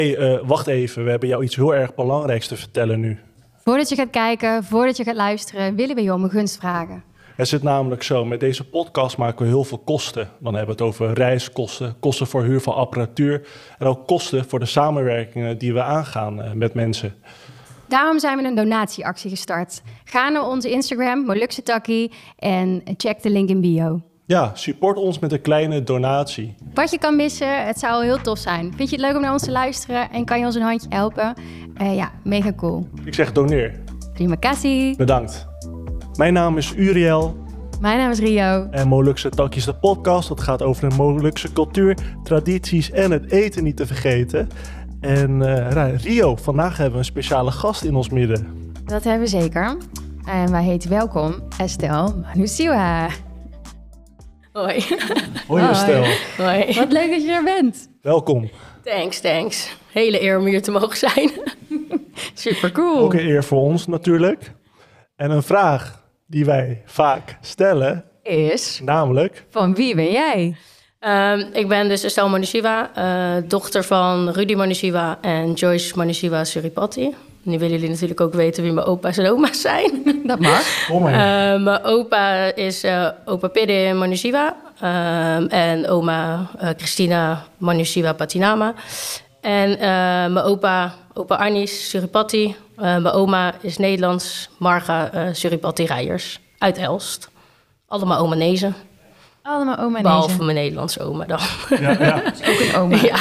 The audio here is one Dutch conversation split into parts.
Wacht even, we hebben jou iets heel erg belangrijks te vertellen nu. Voordat je gaat kijken, voordat je gaat luisteren, willen we je om een gunst vragen. Het zit namelijk zo, met deze podcast maken we heel veel kosten. Dan hebben we het over reiskosten, kosten voor huur van apparatuur en ook kosten voor de samenwerkingen die we aangaan met mensen. Daarom zijn we een donatieactie gestart. Ga naar onze Instagram, Molukse Takkie, en check de link in bio. Ja, support ons met een kleine donatie. Wat je kan missen, het zou heel tof zijn. Vind je het leuk om naar ons te luisteren en kan je ons een handje helpen? Mega cool. Ik zeg doneer. Terima kasih. Bedankt. Mijn naam is Uriel. Mijn naam is Rio. En Molukse Takkie is de podcast. Dat gaat over de Molukse cultuur, tradities en het eten niet te vergeten. En Rio, vandaag hebben we een speciale gast in ons midden. Dat hebben we zeker. En wij heten welkom Estelle Manusiwa. Hoi. Hoi Estelle. Hoi. Wat leuk dat je er bent. Welkom. Thanks. Hele eer om hier te mogen zijn. Super cool. Ook een eer voor ons natuurlijk. En een vraag die wij vaak stellen Is, namelijk... van wie ben jij? Ik ben dus Estelle Manusiwa, dochter van Rudy Manusiwa en Joyce Manusiwa Suripati. Nu willen jullie natuurlijk ook weten wie mijn opa's en oma's zijn. Dat mag. Kom maar. Mijn opa is opa Pede Manusiwa en oma Christina Manusiwa Patinama. En mijn opa Arnis Suripati. Mijn oma is Nederlands, Marga Suripati Rijers uit Elst. Allemaal omanezen. Allemaal oma en Behalve mijn Nederlandse oma dan. Ja, Ook een oma. Ja,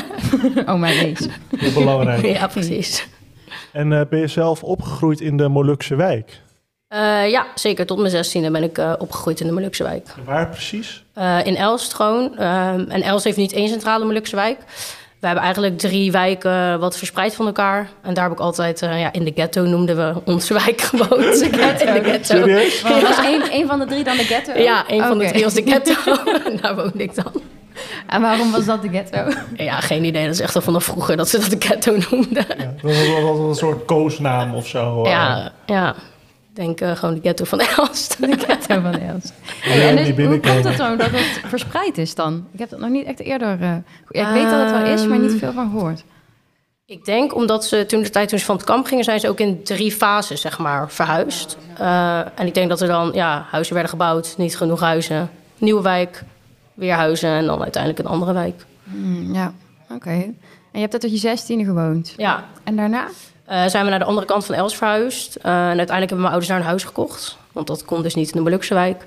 Oma Nees. heel belangrijk. ja precies. En ben je zelf opgegroeid in de Molukse wijk? Ja, zeker. Tot mijn 16e ben ik opgegroeid in de Molukse wijk. Waar precies? In Elst gewoon. En Elst heeft niet één centrale Molukse wijk. We hebben eigenlijk 3 wijken wat verspreid van elkaar. En daar heb ik altijd, in de ghetto noemden we onze wijk gewoond. In de ghetto. Serieus? Was één van de 3 dan de ghetto? Ja, een van de Oké. 3 was de ghetto. Daar woonde ik dan. En waarom was dat de ghetto? Ja, geen idee. Dat is echt al vanaf vroeger dat ze dat de ghetto noemden. Ja, dat was een soort koosnaam of zo. Ja. Ik denk gewoon de ghetto van Elst. De ghetto van Elst. Ja, En die dus, hoe binnenkomen. komt het zo dat het verspreid is dan? Ik heb dat nog niet echt eerder... ik weet dat het wel is, maar niet veel van gehoord. Ik denk omdat ze toen ze van het kamp gingen, zijn ze ook in 3 fases, zeg maar, verhuisd. En ik denk dat er dan, huizen werden gebouwd, niet genoeg huizen. Nieuwe wijk, weer huizen en dan uiteindelijk een andere wijk. Ja, oké. En je hebt daar tot je 16e gewoond. Ja, En daarna? zijn we naar de andere kant van Elst verhuisd. En uiteindelijk hebben mijn ouders daar een huis gekocht. Want dat kon dus niet in de Molukse wijk.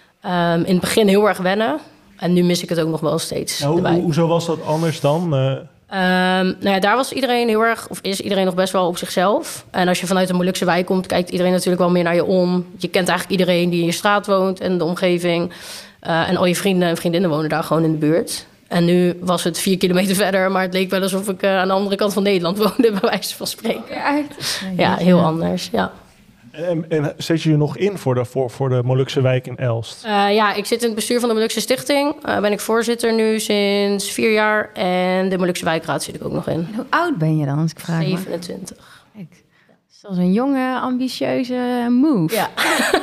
In het begin heel erg wennen. En nu mis ik het ook nog wel steeds, de wijk. Hoezo was dat anders dan? Daar was iedereen heel erg, of is iedereen nog best wel op zichzelf. En als je vanuit de Molukse wijk komt, kijkt iedereen natuurlijk wel meer naar je om. Je kent eigenlijk iedereen die in je straat woont en de omgeving. En al je vrienden en vriendinnen wonen daar gewoon in de buurt. En nu was het 4 kilometer verder, maar het leek wel alsof ik aan de andere kant van Nederland woonde, bij wijze van spreken. Ja, echt? Ja, heel anders, ja. En zet je je nog in voor de Molukse wijk in Elst? Ik zit in het bestuur van de Molukse Stichting. Ben ik voorzitter nu sinds 4 jaar. En de Molukse wijkraad zit ik ook nog in. En hoe oud ben je dan, als ik vraag me? 27. Kijk, dat is een jonge, ambitieuze move. Ja.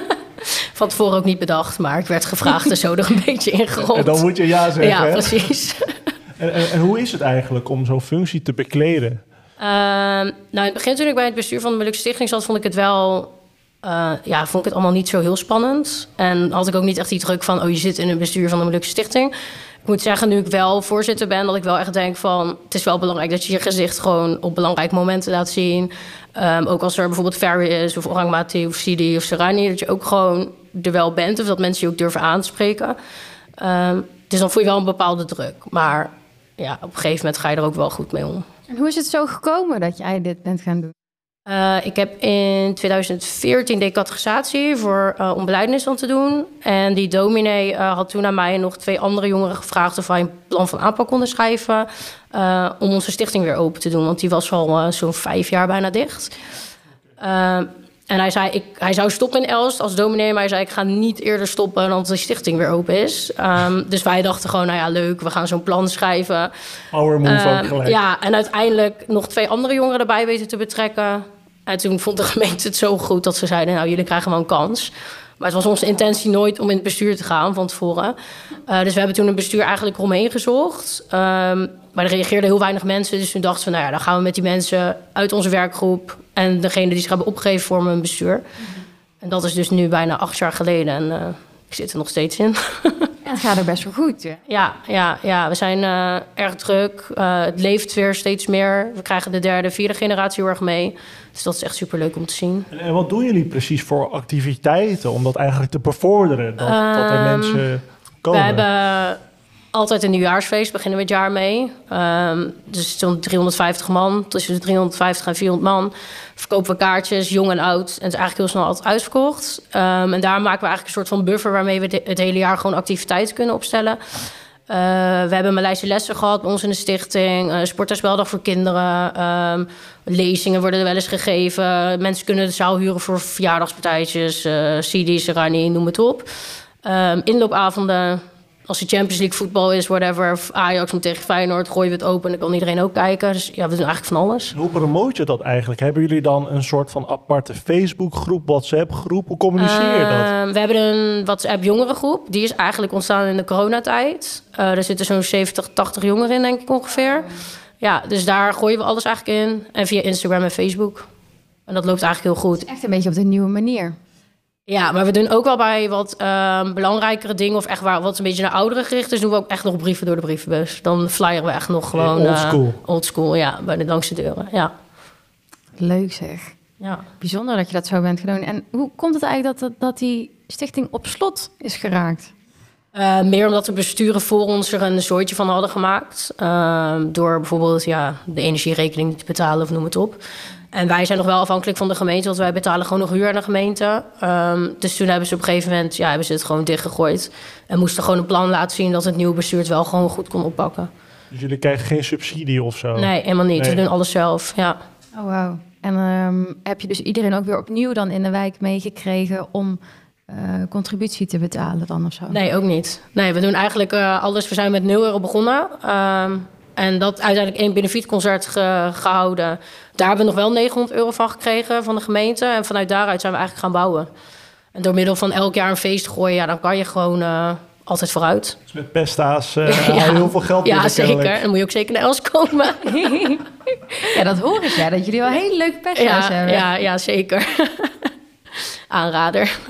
Van tevoren ook niet bedacht, maar ik werd gevraagd en zo er een beetje ingerold. En dan moet je ja zeggen, Ja, hè? precies. En hoe is het eigenlijk om zo'n functie te bekleden? In het begin toen ik bij het bestuur van de Molukse Stichting zat, vond ik het wel... vond ik het allemaal niet zo heel spannend. En had ik ook niet echt die druk van... je zit in het bestuur van de Molukse Stichting. Ik moet zeggen, nu ik wel voorzitter ben... dat ik wel echt denk van... het is wel belangrijk dat je je gezicht gewoon... op belangrijke momenten laat zien. Ook als er bijvoorbeeld Ferry is... of Orang Mati of Sidi of Serani... dat je ook gewoon er wel bent... of dat mensen je ook durven aanspreken. Dus dan voel je wel een bepaalde druk. Maar ja, op een gegeven moment ga je er ook wel goed mee om. En hoe is het zo gekomen dat jij dit bent gaan doen? Ik heb in 2014 deed catechisatie om belijdenis dan te doen. En die dominee had toen aan mij en nog 2 andere jongeren gevraagd... of wij een plan van aanpak konden schrijven... om onze stichting weer open te doen. Want die was al zo'n 5 jaar bijna dicht. En hij zei, hij zou stoppen in Elst als dominee... maar hij zei, ik ga niet eerder stoppen dan de stichting weer open is. Dus wij dachten gewoon, leuk, we gaan zo'n plan schrijven. Power move ook gelijk. Ja, en uiteindelijk nog 2 andere jongeren erbij weten te betrekken. En toen vond de gemeente het zo goed dat ze zeiden, nou, jullie krijgen wel een kans. Maar het was onze intentie nooit om in het bestuur te gaan van tevoren. Dus we hebben toen een bestuur eigenlijk omheen gezocht. Maar er reageerden heel weinig mensen. Dus toen dachten we, nou ja, dan gaan we met die mensen uit onze werkgroep en degene die zich hebben opgegeven vormen een bestuur. En dat is dus nu bijna 8 jaar geleden. En ik zit er nog steeds in. En het gaat er best wel goed. Ja, we zijn erg druk. Het leeft weer steeds meer. We krijgen de 3e, 4e generatie heel erg mee. Dus dat is echt superleuk om te zien. En wat doen jullie precies voor activiteiten om dat eigenlijk te bevorderen? Dat er mensen komen? We hebben altijd een nieuwjaarsfeest, beginnen we het jaar mee. Dus zo'n 350 man, tussen de 350 en 400 man. Verkopen we kaartjes, jong en oud. En het is eigenlijk heel snel altijd uitverkocht. En daar maken we eigenlijk een soort van buffer waarmee we het hele jaar gewoon activiteiten kunnen opstellen. We hebben Maleise lessen gehad bij ons in de stichting. Sport- en speldag voor kinderen. Lezingen worden er wel eens gegeven. Mensen kunnen de zaal huren voor verjaardagspartijtjes. CD's, Rani, noem het op. Inloopavonden. Als er Champions League voetbal is, whatever. Ajax moet tegen Feyenoord, gooien we het open. En dan kan iedereen ook kijken. Dus ja, we doen eigenlijk van alles. Hoe promoot je dat eigenlijk? Hebben jullie dan een soort van aparte Facebookgroep, WhatsApp-groep? Hoe communiceer je dat? We hebben een WhatsApp jongerengroep. Die is eigenlijk ontstaan in de coronatijd. Er zitten zo'n 70, 80 jongeren in, denk ik ongeveer. Ja, dus daar gooien we alles eigenlijk in. En via Instagram en Facebook. En dat loopt eigenlijk heel goed. Echt een beetje op de nieuwe manier. Ja, maar we doen ook wel bij wat belangrijkere dingen... of echt wat een beetje naar ouderen gericht is... doen we ook echt nog brieven door de brievenbus. Dan flyeren we echt nog gewoon... Old school, ja, bij de langste deuren, ja. Leuk zeg. Ja. Bijzonder dat je dat zo bent gedaan. En hoe komt het eigenlijk dat die stichting op slot is geraakt? Meer omdat de besturen voor ons er een zooitje van hadden gemaakt. Door bijvoorbeeld de energierekening niet te betalen of noem het op. En wij zijn nog wel afhankelijk van de gemeente, want wij betalen gewoon nog huur aan de gemeente. Dus toen hebben ze op een gegeven moment hebben ze het gewoon dichtgegooid. En moesten gewoon een plan laten zien dat het nieuwe bestuur het wel gewoon goed kon oppakken. Dus jullie krijgen geen subsidie of zo? Nee, helemaal niet. Nee. We doen alles zelf, ja. Oh, wauw. En heb je dus iedereen ook weer opnieuw dan in de wijk meegekregen om contributie te betalen dan of zo? Nee, ook niet. Nee, we doen eigenlijk alles. We zijn met €0 begonnen. En dat uiteindelijk 1 benefietconcert gehouden. Daar hebben we nog wel €900 van gekregen van de gemeente. En vanuit daaruit zijn we eigenlijk gaan bouwen. En door middel van elk jaar een feest gooien, dan kan je gewoon altijd vooruit. Dus met pesta's heel veel geld binnen. Ja, zeker. Dan moet je ook zeker naar Els komen. Ja, dat hoor ik, dat jullie wel hele leuke pesthuis hebben. Ja, zeker. Aanrader.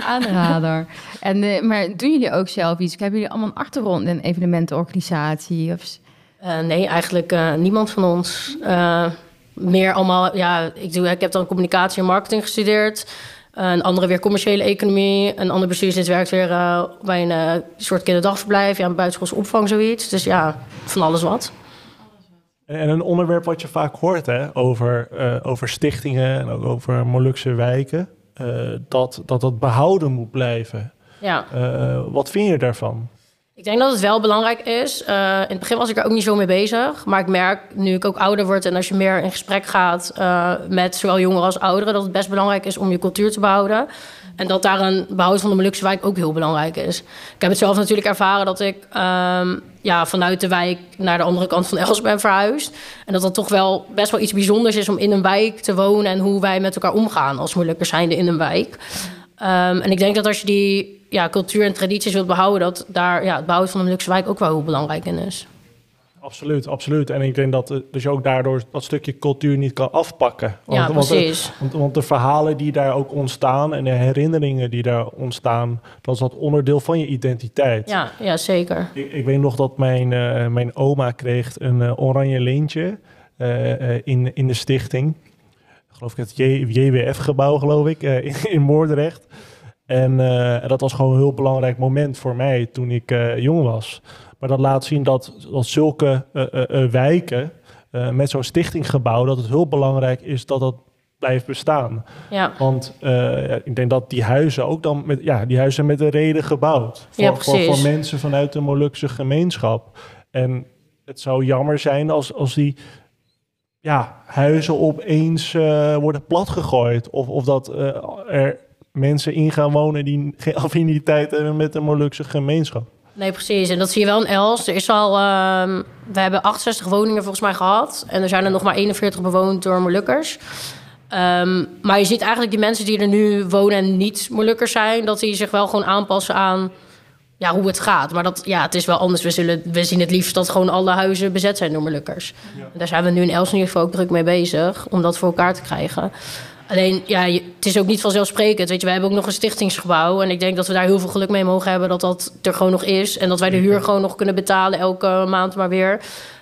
Maar doen jullie ook zelf iets? Hebben jullie allemaal een achtergrond in evenementenorganisatie? Of... Nee, eigenlijk niemand van ons. Meer allemaal, ik heb dan communicatie en marketing gestudeerd. Een andere weer commerciële economie. Een ander bestuurslid werkt weer bij een soort kinderdagverblijf. Ja, een buitenschoolse opvang, zoiets. Dus ja, van alles wat. En een onderwerp wat je vaak hoort hè, over stichtingen en ook over Molukse wijken. Dat behouden moet blijven. Ja. Wat vind je daarvan? Ik denk dat het wel belangrijk is. In het begin was ik er ook niet zo mee bezig. Maar ik merk, nu ik ook ouder word... en als je meer in gesprek gaat met zowel jongeren als ouderen... dat het best belangrijk is om je cultuur te behouden. En dat daar een behoud van de Molukse wijk ook heel belangrijk is. Ik heb het zelf natuurlijk ervaren dat ik vanuit de wijk... naar de andere kant van Els ben verhuisd. En dat toch wel best wel iets bijzonders is om in een wijk te wonen... en hoe wij met elkaar omgaan als Molukkers zijnde in een wijk. En ik denk dat als je die cultuur en tradities wilt behouden... dat daar het behoud van de Molukse wijk ook wel heel belangrijk in is. Absoluut. En ik denk dat je ook daardoor dat stukje cultuur niet kan afpakken. Precies. Want de verhalen die daar ook ontstaan en de herinneringen die daar ontstaan... dat is dat onderdeel van je identiteit. Ja, zeker. Ik weet nog dat mijn oma kreeg een oranje lintje in de stichting... geloof ik het JWF-gebouw, geloof ik, in Moordrecht. En dat was gewoon een heel belangrijk moment voor mij toen ik jong was. Maar dat laat zien dat zulke wijken met zo'n stichtinggebouw... dat het heel belangrijk is dat dat blijft bestaan. Ja. Want ik denk dat die huizen ook dan... die huizen zijn met een reden gebouwd. Voor mensen vanuit de Molukse gemeenschap. En het zou jammer zijn als die... huizen opeens worden platgegooid. Of dat er mensen in gaan wonen die geen affiniteit hebben met de Molukse gemeenschap. Nee, precies. En dat zie je wel in Els. Er is al, we hebben 68 woningen volgens mij gehad. En er zijn er nog maar 41 bewoond door Molukkers. Maar je ziet eigenlijk die mensen die er nu wonen en niet Molukkers zijn, dat die zich wel gewoon aanpassen aan hoe het gaat. Maar het is wel anders. We zien het liefst dat gewoon alle huizen bezet zijn door Molukkers. Ja. En daar zijn we nu in Els in ieder geval ook druk mee bezig om dat voor elkaar te krijgen. Alleen, het is ook niet vanzelfsprekend. Weet je, wij hebben ook nog een stichtingsgebouw. En ik denk dat we daar heel veel geluk mee mogen hebben dat dat er gewoon nog is. En dat wij de huur gewoon nog kunnen betalen elke maand maar weer.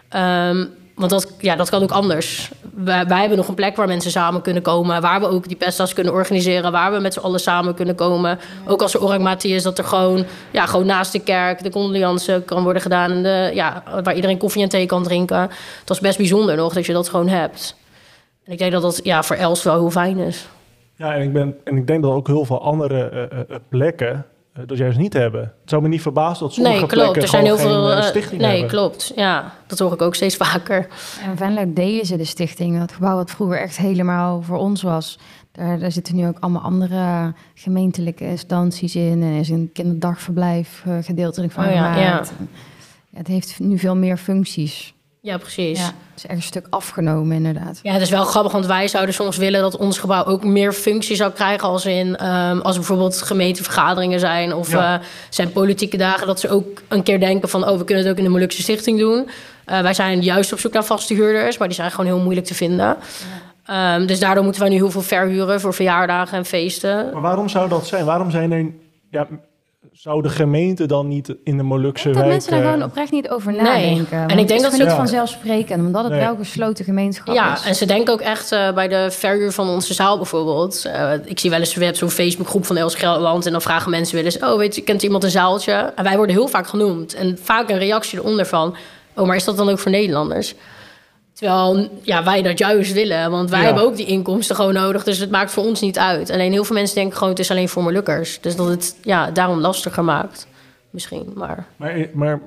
Want dat kan ook anders. Wij hebben nog een plek waar mensen samen kunnen komen. Waar we ook die pesta's kunnen organiseren. Waar we met z'n allen samen kunnen komen. Ook als er orangmatie is, dat er gewoon naast de kerk de condoleance kan worden gedaan. En waar iedereen koffie en thee kan drinken. Dat is best bijzonder nog, dat je dat gewoon hebt. En ik denk dat dat voor Els wel heel fijn is. Ja, en ik denk dat ook heel veel andere plekken dat juist niet hebben. Het zou me niet verbazen dat sommige plekken er zijn heel veel stichting hebben. Nee, klopt. Ja, dat hoor ik ook steeds vaker. En Venlo delen ze de stichting. Dat gebouw wat vroeger echt helemaal voor ons was. Daar zitten nu ook allemaal andere gemeentelijke instanties in. En er is een kinderdagverblijf gedeeltelijk van gemaakt. Ja. Het heeft nu veel meer functies. Ja, precies. Ja, het is echt een stuk afgenomen, inderdaad. Ja, het is wel grappig, want wij zouden soms willen dat ons gebouw ook meer functie zou krijgen als als bijvoorbeeld gemeentevergaderingen zijn of zijn politieke dagen, dat ze ook een keer denken van, we kunnen het ook in de Molukse Stichting doen. Wij zijn juist op zoek naar vaste huurders, maar die zijn gewoon heel moeilijk te vinden. Ja. Dus daardoor moeten wij nu heel veel verhuren voor verjaardagen en feesten. Maar waarom zou dat zijn? Waarom zijn er... Zou de gemeente dan niet in de Molukse wijk... Dat mensen daar gewoon oprecht niet over nadenken. En ik denk dat ze niet vanzelfsprekend, omdat het wel een gesloten gemeenschap is. Ja, en ze denken ook echt bij de verhuur van onze zaal bijvoorbeeld. Ik zie wel eens, we hebben zo'n Facebookgroep van Els Gelderland en dan vragen mensen wel eens, kent iemand een zaaltje? En wij worden heel vaak genoemd. En vaak een reactie eronder van, maar is dat dan ook voor Nederlanders? Terwijl wij dat juist willen, want wij hebben ook die inkomsten gewoon nodig. Dus het maakt voor ons niet uit. Alleen heel veel mensen denken gewoon, het is alleen voor Molukkers. Dus dat het daarom lastiger maakt. Misschien, maar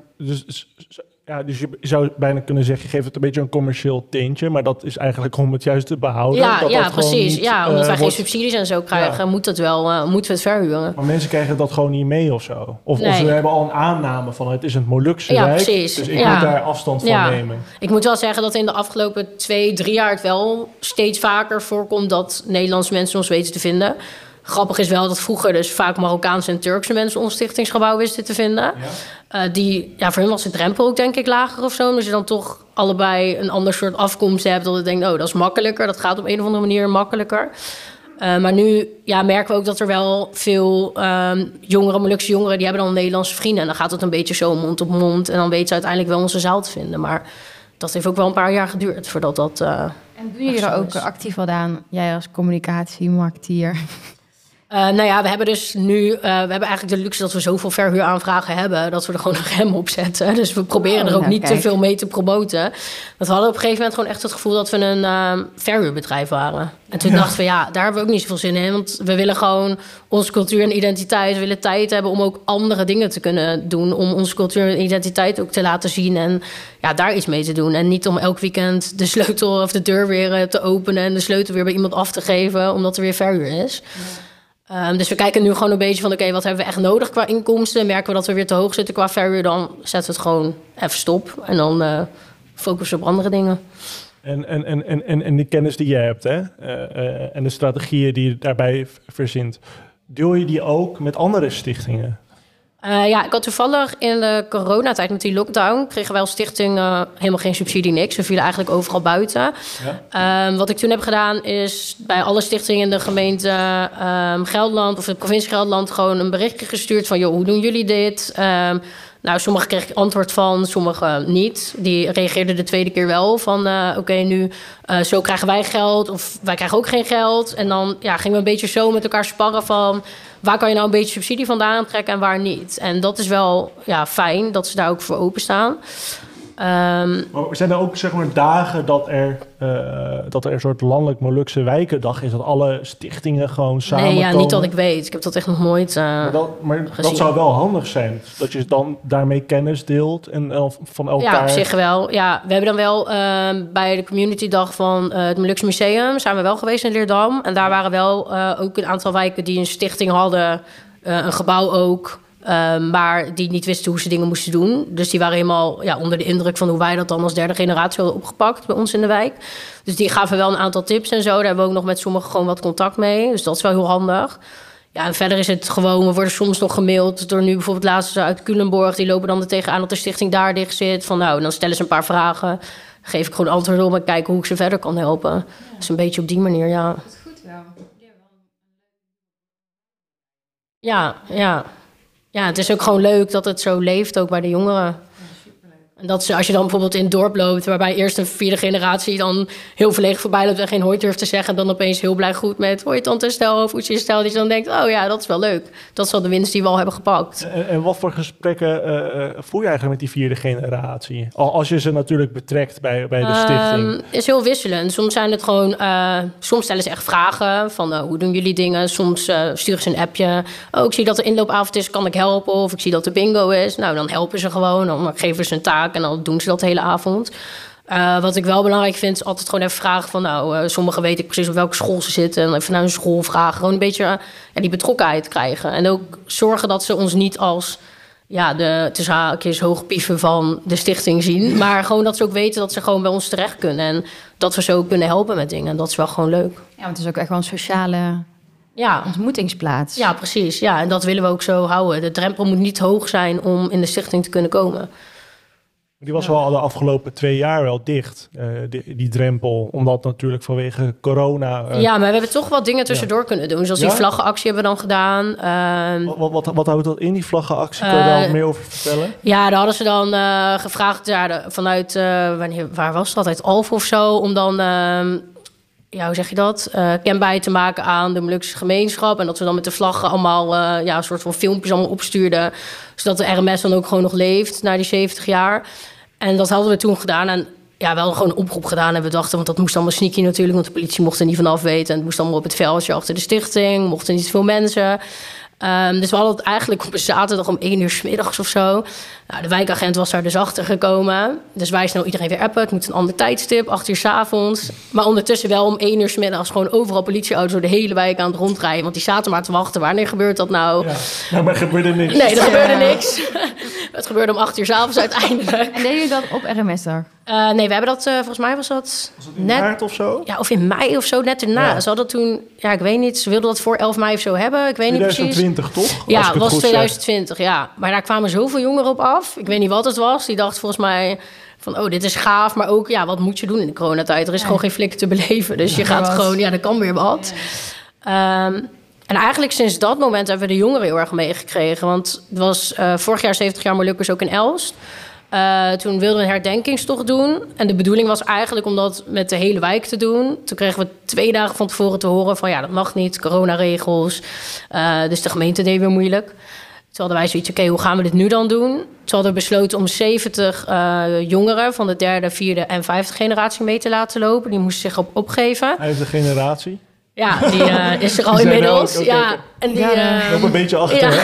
dus je zou bijna kunnen zeggen, je geeft het een beetje een commercieel tintje, maar dat is eigenlijk om het juist te behouden. Ja, precies. Niet, omdat wij geen subsidies en zo krijgen, moeten we het verhuren. Maar mensen krijgen dat gewoon niet mee of zo. Of ze hebben al een aanname van, het is een Molukse wijk, precies. Dus ik moet daar afstand van nemen. Ik moet wel zeggen dat in de afgelopen 2-3 jaar het wel steeds vaker voorkomt dat Nederlandse mensen ons weten te vinden. Grappig is wel dat vroeger dus vaak Marokkaanse en Turkse mensen ons stichtingsgebouw wisten te vinden. Ja. Voor hun was de drempel ook denk ik lager of zo. Dus je dan toch allebei een ander soort afkomst hebt. Dat je denkt, dat is makkelijker. Dat gaat op een of andere manier makkelijker. Maar nu merken we ook dat er wel veel Molukse jongeren, die hebben dan Nederlandse vrienden. En dan gaat het een beetje zo mond op mond. En dan weten ze uiteindelijk wel onze zaal te vinden. Maar dat heeft ook wel een paar jaar geduurd voordat dat... En doen jullie er ook actief wat aan? Jij als communicatiemarketeer... we hebben dus nu... we hebben eigenlijk de luxe dat we zoveel verhuuraanvragen hebben, dat we er gewoon een rem op zetten. Dus we proberen er ook niet te veel mee te promoten. Want we hadden op een gegeven moment gewoon echt het gevoel dat we een verhuurbedrijf waren. En toen dachten we, daar hebben we ook niet zoveel zin in. Want we willen gewoon onze cultuur en identiteit, we willen tijd hebben om ook andere dingen te kunnen doen. Om onze cultuur en identiteit ook te laten zien en daar iets mee te doen. En niet om elk weekend de sleutel of de deur weer te openen en de sleutel weer bij iemand af te geven, omdat er weer verhuur is. Ja. Dus we kijken nu gewoon een beetje van, wat hebben we echt nodig qua inkomsten? Merken we dat we weer te hoog zitten qua verhuur, dan zetten we het gewoon even stop. En dan focussen we op andere dingen. En die kennis die je hebt, hè? En de strategieën die je daarbij verzint, deel je die ook met andere stichtingen? Ik had toevallig in de coronatijd met die lockdown kregen wij als stichting helemaal geen subsidie, niks. We vielen eigenlijk overal buiten. Ja. Wat ik toen heb gedaan is bij alle stichtingen in de gemeente Gelderland of de provincie Gelderland gewoon een berichtje gestuurd van, hoe doen jullie dit? Sommigen kreeg ik antwoord van, sommigen niet. Die reageerden de tweede keer wel van, nu zo krijgen wij geld of wij krijgen ook geen geld. En dan gingen we een beetje zo met elkaar sparren van, waar kan je nou een beetje subsidie vandaan trekken en waar niet. En dat is wel fijn dat ze daar ook voor openstaan. Maar zijn er ook dagen dat er een soort landelijk Molukse wijkendag is, dat alle stichtingen gewoon samenkomen? Nee, niet dat ik weet. Ik heb dat echt nog nooit maar dat zou wel handig zijn, dat je dan daarmee kennis deelt en van elkaar... Ja, op zich wel. Ja, we hebben dan wel bij de community dag van het Molukse Museum zijn we wel geweest in Leerdam. En daar waren wel ook een aantal wijken die een stichting hadden, een gebouw ook. maar die niet wisten hoe ze dingen moesten doen. Dus die waren helemaal onder de indruk van hoe wij dat dan als derde generatie hadden opgepakt bij ons in de wijk. Dus die gaven wel een aantal tips en zo. Daar hebben we ook nog met sommigen gewoon wat contact mee. Dus dat is wel heel handig. Ja, en verder is het gewoon, we worden soms nog gemaild door nu bijvoorbeeld laatst uit Culemborg. Die lopen dan er tegenaan dat de stichting daar dicht zit. Van nou, dan stellen ze een paar vragen. Geef ik gewoon antwoord op en kijken hoe ik ze verder kan helpen. Ja. Dus een beetje op die manier, ja. Dat is goed wel. Ja, het is ook gewoon leuk dat het zo leeft, ook bij de jongeren. En dat ze, als je dan bijvoorbeeld in het dorp loopt, waarbij eerst een vierde generatie dan heel verlegen voorbij loopt en geen hoi durft te zeggen, en dan opeens heel blij goed met hoi tante Stel of Oetje Stel, die je dan denkt, oh ja, dat is wel leuk. Dat is wel de winst die we al hebben gepakt. En wat voor gesprekken voer je eigenlijk met die vierde generatie? Als je ze natuurlijk betrekt bij de stichting. Is heel wisselend. Soms zijn het gewoon, soms stellen ze echt vragen van hoe doen jullie dingen? Soms sturen ze een appje. Oh, ik zie dat er inloopavond is, kan ik helpen? Of ik zie dat er bingo is. Nou, dan helpen ze gewoon. Dan geven ze een taak. En dan doen ze dat de hele avond. Wat ik wel belangrijk vind, is altijd gewoon even vragen van... sommigen weten ik precies op welke school ze zitten. En even naar hun school vragen. Gewoon een beetje die betrokkenheid krijgen. En ook zorgen dat ze ons niet als de tussen haakjes hoogpieven van de stichting zien. Maar gewoon dat ze ook weten dat ze gewoon bij ons terecht kunnen. En dat we ze ook kunnen helpen met dingen. En dat is wel gewoon leuk. Ja, want het is ook echt wel een sociale ontmoetingsplaats. Ja, precies. Ja, en dat willen we ook zo houden. De drempel moet niet hoog zijn om in de stichting te kunnen komen. Die was wel de afgelopen 2 jaar wel dicht, die drempel. Omdat natuurlijk vanwege corona... maar we hebben toch wat dingen tussendoor kunnen doen. Zoals die vlaggenactie hebben we dan gedaan. Wat houdt dat in, die vlaggenactie? Kun je daar wat meer over vertellen? Ja, daar hadden ze dan gevraagd vanuit... waar was dat? Uit Alphen of zo. Om dan... hoe zeg je dat? Kenbaar te maken aan de Molukse gemeenschap. En dat we dan met de vlaggen allemaal een soort van filmpjes allemaal opstuurden. Zodat de RMS dan ook gewoon nog leeft na die 70 jaar. En dat hadden we toen gedaan. En we hadden gewoon een oproep gedaan. En we dachten, want dat moest allemaal sneaky natuurlijk. Want de politie mocht er niet vanaf weten. En het moest allemaal op het veldje achter de stichting. Mochten niet zoveel mensen. Dus we hadden het eigenlijk op een zaterdag om 1 uur 's middags of zo. Nou, de wijkagent was daar dus achter gekomen. Dus wij snel iedereen weer appen. Het moet een ander tijdstip, 8 uur 's avonds. Maar ondertussen wel om 1 uur 's middags gewoon overal politieauto's door de hele wijk aan het rondrijden. Want die zaten maar te wachten. Wanneer gebeurt dat nou? Ja, maar gebeurde niks. Nee, er gebeurde niks. Het gebeurde om 8 uur 's avonds uiteindelijk. En deden jullie dat op RMS-dag? Nee, we hebben dat, volgens mij was dat in net... maart of zo? Ja, of in mei of zo, net erna. Ja. Ze hadden toen, ik weet niet, ze wilden dat voor 11 mei of zo hebben. Ik weet niet precies. 2020 toch? Ja, het was 2020, ja. Maar daar kwamen zoveel jongeren op af. Ik weet niet wat het was. Die dachten volgens mij van, dit is gaaf. Maar ook, wat moet je doen in de coronatijd? Er is gewoon geen flikker te beleven. Dus je gaat gewoon, er kan weer wat. Ja. En eigenlijk sinds dat moment hebben we de jongeren heel erg meegekregen. Want het was vorig jaar 70 jaar Molukkers ook in Elst. Toen wilden we een herdenkingstocht doen. En de bedoeling was eigenlijk om dat met de hele wijk te doen. Toen kregen we 2 dagen van tevoren te horen van... dat mag niet, coronaregels. Dus de gemeente deed weer moeilijk. Toen hadden wij zoiets, hoe gaan we dit nu dan doen? Toen hadden we besloten om 70 jongeren... van de 3e, 4e en 5e generatie mee te laten lopen. Die moesten zich opgeven. 5e generatie? Ja, die is er al inmiddels. En die nog een beetje achter.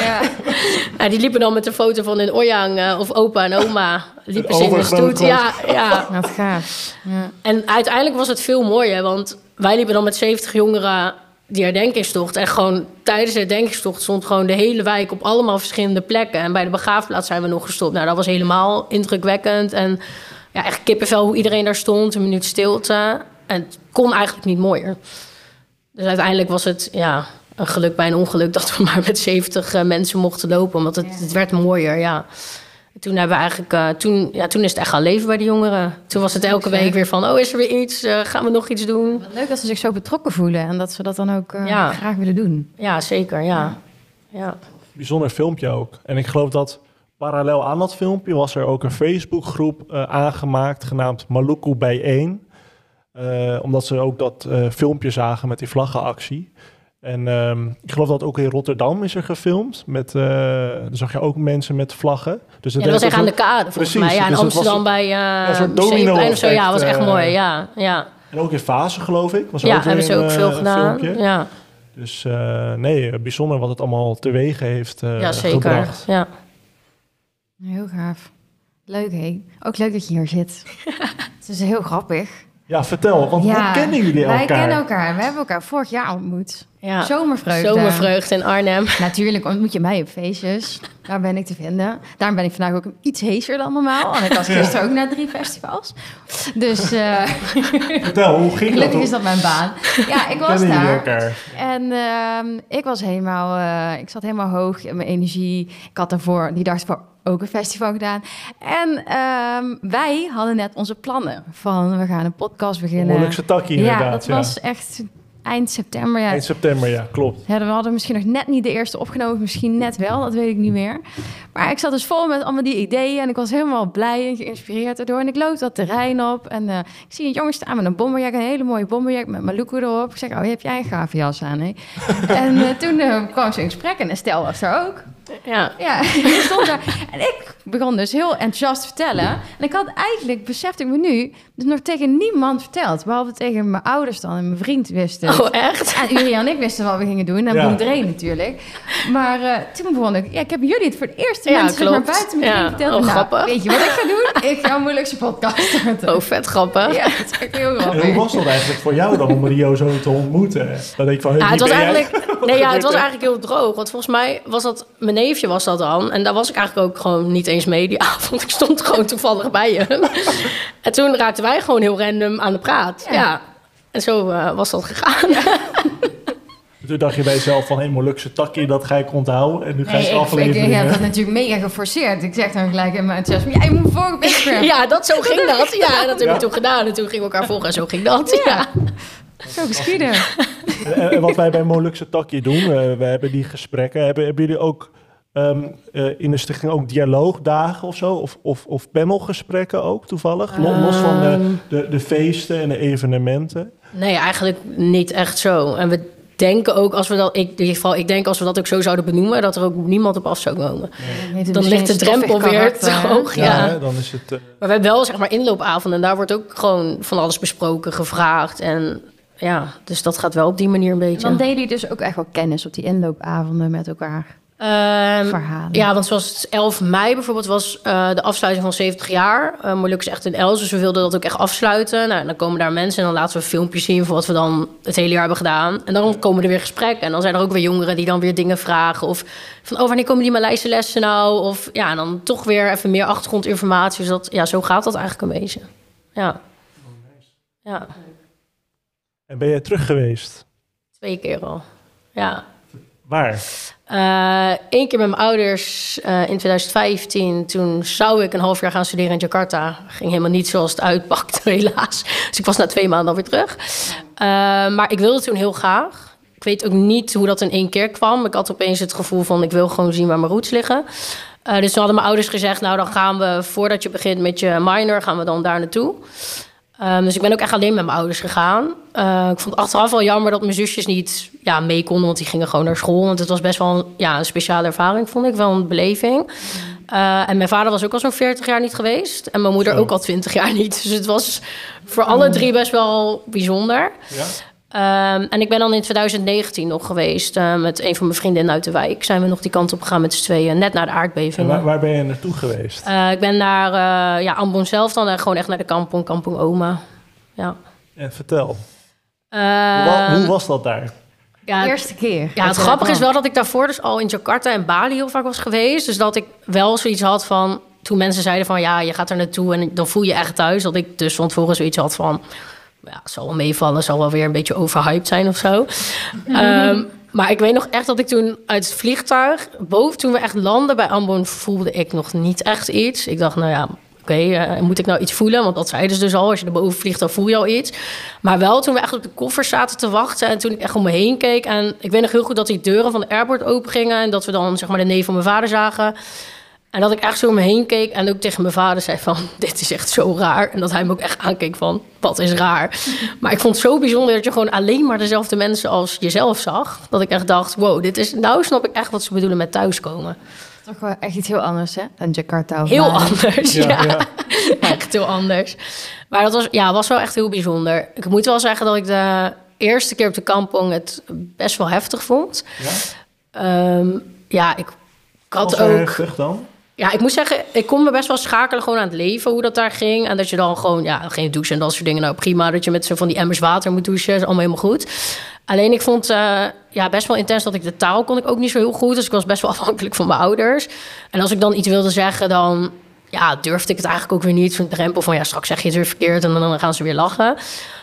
Ja, die liepen dan met een foto van hun oyang of opa en oma. Liepen ze in de stoet. Ja. Dat gaaf. Ja. En uiteindelijk was het veel mooier. Want wij liepen dan met 70 jongeren die herdenkingstocht. En gewoon tijdens de herdenkingstocht stond gewoon de hele wijk op allemaal verschillende plekken. En bij de begraafplaats zijn we nog gestopt. Nou, dat was helemaal indrukwekkend. En echt kippenvel hoe iedereen daar stond. Een minuut stilte. En het kon eigenlijk niet mooier. Dus uiteindelijk was het een geluk bij een ongeluk... dat we maar met 70 mensen mochten lopen. Want het werd mooier, ja. Toen hebben we eigenlijk... toen is het echt gaan leven bij de jongeren. Toen was het elke week weer van... is er weer iets? Gaan we nog iets doen? Wat leuk dat ze zich zo betrokken voelen... en dat ze dat dan ook graag willen doen. Ja, zeker, ja. Bijzonder filmpje ook. En ik geloof dat parallel aan dat filmpje... was er ook een Facebookgroep aangemaakt... genaamd Maluku Bijeen... omdat ze ook dat filmpje zagen met die vlaggenactie. En ik geloof dat ook in Rotterdam is er gefilmd. Dan zag je ook mensen met vlaggen. Dus dat was echt aan de kade volgens mij. Ja, in dus Amsterdam bij Museumplein of zo. Ja, was echt mooi. Ja. En ook in Fase geloof ik. Was hebben ze ook veel gedaan. Ja. Dus bijzonder wat het allemaal teweeg heeft zeker. gebracht. Ja. Heel gaaf. Leuk, hé. Ook leuk dat je hier zit. Het is heel grappig. Ja, vertel, want hoe kennen jullie elkaar? Wij kennen elkaar. We hebben elkaar vorig jaar ontmoet. Ja. Zomervreugde. Zomervreugde in Arnhem. Natuurlijk ontmoet je mij op feestjes. Daar ben ik te vinden. Daarom ben ik vandaag ook iets heeser dan normaal. En ik was gisteren ook naar 3 festivals. Dus Vertel, hoe ging dat? gelukkig is dat mijn baan. Ja, ik was Kennen jullie daar. elkaar? En ik was helemaal... ik zat helemaal hoog in mijn energie. Ik had daarvoor, die dag ervoor ook een festival gedaan. En wij hadden net onze plannen. Van, we gaan een podcast beginnen. Molukse takkie inderdaad. Ja, dat was echt eind september. Ja. Eind september, ja, klopt. Ja, we hadden misschien nog net niet de eerste opgenomen. Misschien net wel, dat weet ik niet meer. Maar ik zat dus vol met allemaal die ideeën. En ik was helemaal blij en geïnspireerd erdoor. En ik loop dat terrein op. En ik zie een jongen staan met een bomberjack. Een hele mooie bomberjack met Maluku erop. Ik zeg, oh, heb jij een gave jas aan, hè? En toen kwam ze in gesprek. En Estelle was daar ook. Ja. Ja, die stond daar. En ik begon dus heel enthousiast te vertellen. En ik had eigenlijk, besefte ik me nu, dus nog tegen niemand verteld. Behalve tegen mijn ouders dan en mijn vriend wisten. Oh, echt? En Uri en ik wisten wat we gingen doen. En iedereen natuurlijk. Maar toen begon ik, ik heb jullie het voor het eerst mensen zeg maar buiten mijn vriend verteld. Oh, grappig. Weet je wat ik ga doen? Ik ga een moeilijkste podcast starten. Oh, vet grappig. Ja, het is echt heel grappig. En hoe was dat eigenlijk voor jou dan om Rio zo te ontmoeten? Dan denk ik van, hey, Het was wie ben jij? eigenlijk, het was eigenlijk heel droog. Want volgens mij was dat... Mijn neefje was dat dan. En daar was ik eigenlijk ook gewoon niet eens mee die avond. Ik stond gewoon toevallig bij hem. En toen raakten wij gewoon heel random aan de praat. Ja. En zo was dat gegaan. Toen dacht je bij jezelf van, Molukse takkie, dat ga ik onthouden. En nu ga je afleveringen. Ik heb dat natuurlijk mega geforceerd. Ik zeg dan gelijk in mijn enthousiasme, jij moet volgen op Instagram. Ja, zo ging dat. Ja, en dat hebben we toen gedaan. En toen gingen we elkaar volgen en zo ging dat. Ja. Zo geschieden. En wat wij bij Molukse takkie doen, we hebben die gesprekken. Hebben jullie ook in de stichting ook dialoogdagen of zo? Of panelgesprekken ook toevallig? Los van de feesten en de evenementen? Nee, eigenlijk niet echt zo. En we denken ook, als we dat, ik denk als we dat ook zo zouden benoemen, dat er ook niemand op af zou komen. Nee. Dan ligt de drempel weer te hoog. Ja. Hè, dan is het... Maar we hebben wel zeg maar inloopavonden en daar wordt ook gewoon van alles besproken, gevraagd. En ja, dus dat gaat wel op die manier een beetje. Dan deden jullie dus ook echt wel kennis op die inloopavonden met elkaar. Verhalen. Ja, want zoals 11 mei bijvoorbeeld was de afsluiting van 70 jaar. Molukse echt in Els, dus we wilden dat ook echt afsluiten. Nou, dan komen daar mensen en dan laten we filmpjes zien van wat we dan het hele jaar hebben gedaan. En dan komen er weer gesprekken. En dan zijn er ook weer jongeren die dan weer dingen vragen. Of van, wanneer komen die Maleise lessen nou? Of ja, en dan toch weer even meer achtergrondinformatie. Dus dat, ja, zo gaat dat eigenlijk een beetje. Ja. Ja. En ben jij terug geweest? 2 keer al. Ja. Waar? 1 keer met mijn ouders in 2015. Toen zou ik een half jaar gaan studeren in Jakarta. Ging helemaal niet zoals het uitpakte, helaas. Dus ik was na 2 maanden alweer terug. Maar ik wilde toen heel graag. Ik weet ook niet hoe dat in 1 keer kwam. Ik had opeens het gevoel van, ik wil gewoon zien waar mijn roots liggen. Dus toen hadden mijn ouders gezegd, nou dan gaan we, voordat je begint met je minor, gaan we dan daar naartoe. Dus ik ben ook echt alleen met mijn ouders gegaan. Ik vond het achteraf wel jammer dat mijn zusjes niet mee konden, want die gingen gewoon naar school. Want het was best wel een speciale ervaring, vond ik, wel een beleving. En mijn vader was ook al zo'n 40 jaar niet geweest. En mijn moeder ook al 20 jaar niet. Dus het was voor alle 3 best wel bijzonder. Ja. En ik ben dan in 2019 nog geweest met een van mijn vriendinnen uit de wijk. Zijn we nog die kant op gegaan met z'n tweeën, net na de aardbeving. En waar ben je naartoe geweest? Ik ben naar Ambon zelf dan en gewoon echt naar de kampong Oma. Ja. En vertel. Hoe was dat daar? Ja, de eerste keer. Ja, het grappige is wel dat ik daarvoor dus al in Jakarta en Bali heel vaak was geweest. Dus dat ik wel zoiets had van, toen mensen zeiden van ja, je gaat er naartoe en dan voel je echt thuis. Dat ik dus van tevoren zoiets had van, ja, het zal wel meevallen, zal wel weer een beetje overhyped zijn of zo. Maar ik weet nog echt dat ik toen uit het vliegtuig, toen we echt landden bij Ambon, voelde ik nog niet echt iets. Ik dacht, nou ja, oké, moet ik nou iets voelen? Want dat zeiden ze dus al, als je er boven vliegt, dan voel je al iets. Maar wel toen we echt op de koffers zaten te wachten en toen ik echt om me heen keek. En ik weet nog heel goed dat die deuren van de airport open gingen en dat we dan zeg maar de neef van mijn vader zagen. En dat ik echt zo om me heen keek en ook tegen mijn vader zei van, dit is echt zo raar. En dat hij me ook echt aankeek van, wat is raar? Maar ik vond het zo bijzonder dat je gewoon alleen maar dezelfde mensen als jezelf zag. Dat ik echt dacht, wow, nou snap ik echt wat ze bedoelen met thuiskomen. Toch wel echt iets heel anders, hè? Dan Jakarta of heel Bali. Anders, ja. Echt heel anders. Maar dat was wel echt heel bijzonder. Ik moet wel zeggen dat ik de eerste keer op de kampong het best wel heftig vond. Ja, ik had ook... Heftig dan? Ja, ik moet zeggen, ik kon me best wel schakelen gewoon aan het leven, hoe dat daar ging. En dat je dan gewoon, geen douchen en dat soort dingen. Nou, prima, dat je met zo van die emmers water moet douchen, is allemaal helemaal goed. Alleen ik vond best wel intens dat ik de taal kon ik ook niet zo heel goed. Dus ik was best wel afhankelijk van mijn ouders. En als ik dan iets wilde zeggen, dan durfde ik het eigenlijk ook weer niet. Zo'n drempel van, straks zeg je het weer verkeerd en dan gaan ze weer lachen.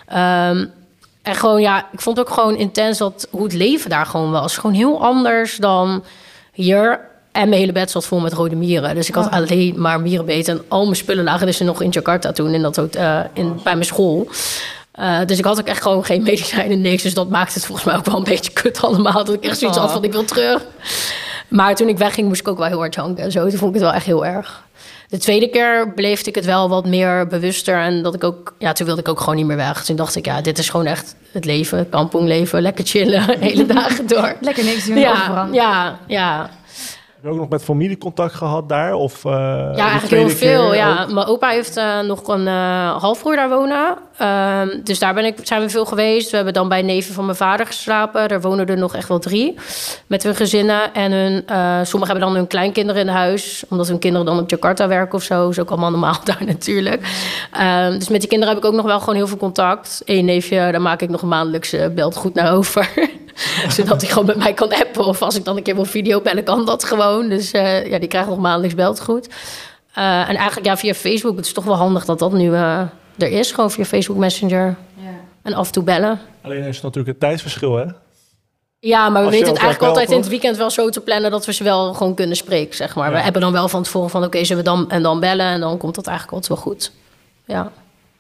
En gewoon, ik vond ook gewoon intens hoe het leven daar gewoon was. Gewoon heel anders dan hier. En mijn hele bed zat vol met rode mieren. Dus ik had alleen maar mierenbeten. En al mijn spullen lagen dus nog in Jakarta toen, bij mijn school. Dus ik had ook echt gewoon geen medicijnen, niks. Dus dat maakte het volgens mij ook wel een beetje kut allemaal. Dat ik echt zoiets had van, ik wil terug. Maar toen ik wegging, moest ik ook wel heel hard janken en zo. Toen vond ik het wel echt heel erg. De tweede keer beleefde ik het wel wat meer bewuster. En dat ik ook, toen wilde ik ook gewoon niet meer weg. Toen dacht ik, dit is gewoon echt het leven. Kampongleven, lekker chillen, hele dagen door. Lekker niks doen, ja. Heb je ook nog met familiecontact gehad daar? Of, eigenlijk heel veel, ja. Mijn opa heeft nog een halfbroer daar wonen. Dus daar zijn we veel geweest. We hebben dan bij neven van mijn vader geslapen. Daar wonen er nog echt wel 3 met hun gezinnen. En sommigen hebben dan hun kleinkinderen in huis. Omdat hun kinderen dan op Jakarta werken of zo. Is ook allemaal normaal daar natuurlijk. Dus met die kinderen heb ik ook nog wel gewoon heel veel contact. Eén neefje, daar maak ik nog een maandelijkse beltgoed naar over. Zodat hij gewoon met mij kan appen. Of als ik dan een keer wil videobellen, kan dat gewoon. Dus die krijgt nog maandelijks beltgoed. En eigenlijk via Facebook. Het is toch wel handig dat dat nu er is. Gewoon via Facebook Messenger. Ja. En af en toe bellen. Alleen is het natuurlijk het tijdsverschil, hè? Ja, maar we weten het eigenlijk altijd in het weekend wel zo te plannen... dat we ze wel gewoon kunnen spreken, zeg maar. Ja. We hebben dan wel van tevoren van... oké, zullen we dan en dan bellen? En dan komt dat eigenlijk altijd wel goed. Ja.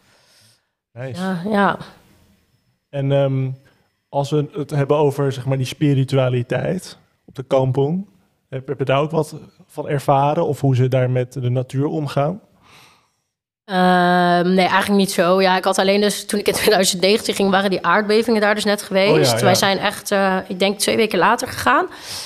Nice. Ja. En als we het hebben over, zeg maar, die spiritualiteit op de kampong... heb je daar ook wat van ervaren? Of hoe ze daar met de natuur omgaan? Nee, eigenlijk niet zo. Ja, ik had alleen dus toen ik in 2019 ging, waren die aardbevingen daar dus net geweest. Wij zijn echt, ik denk 2 weken later gegaan.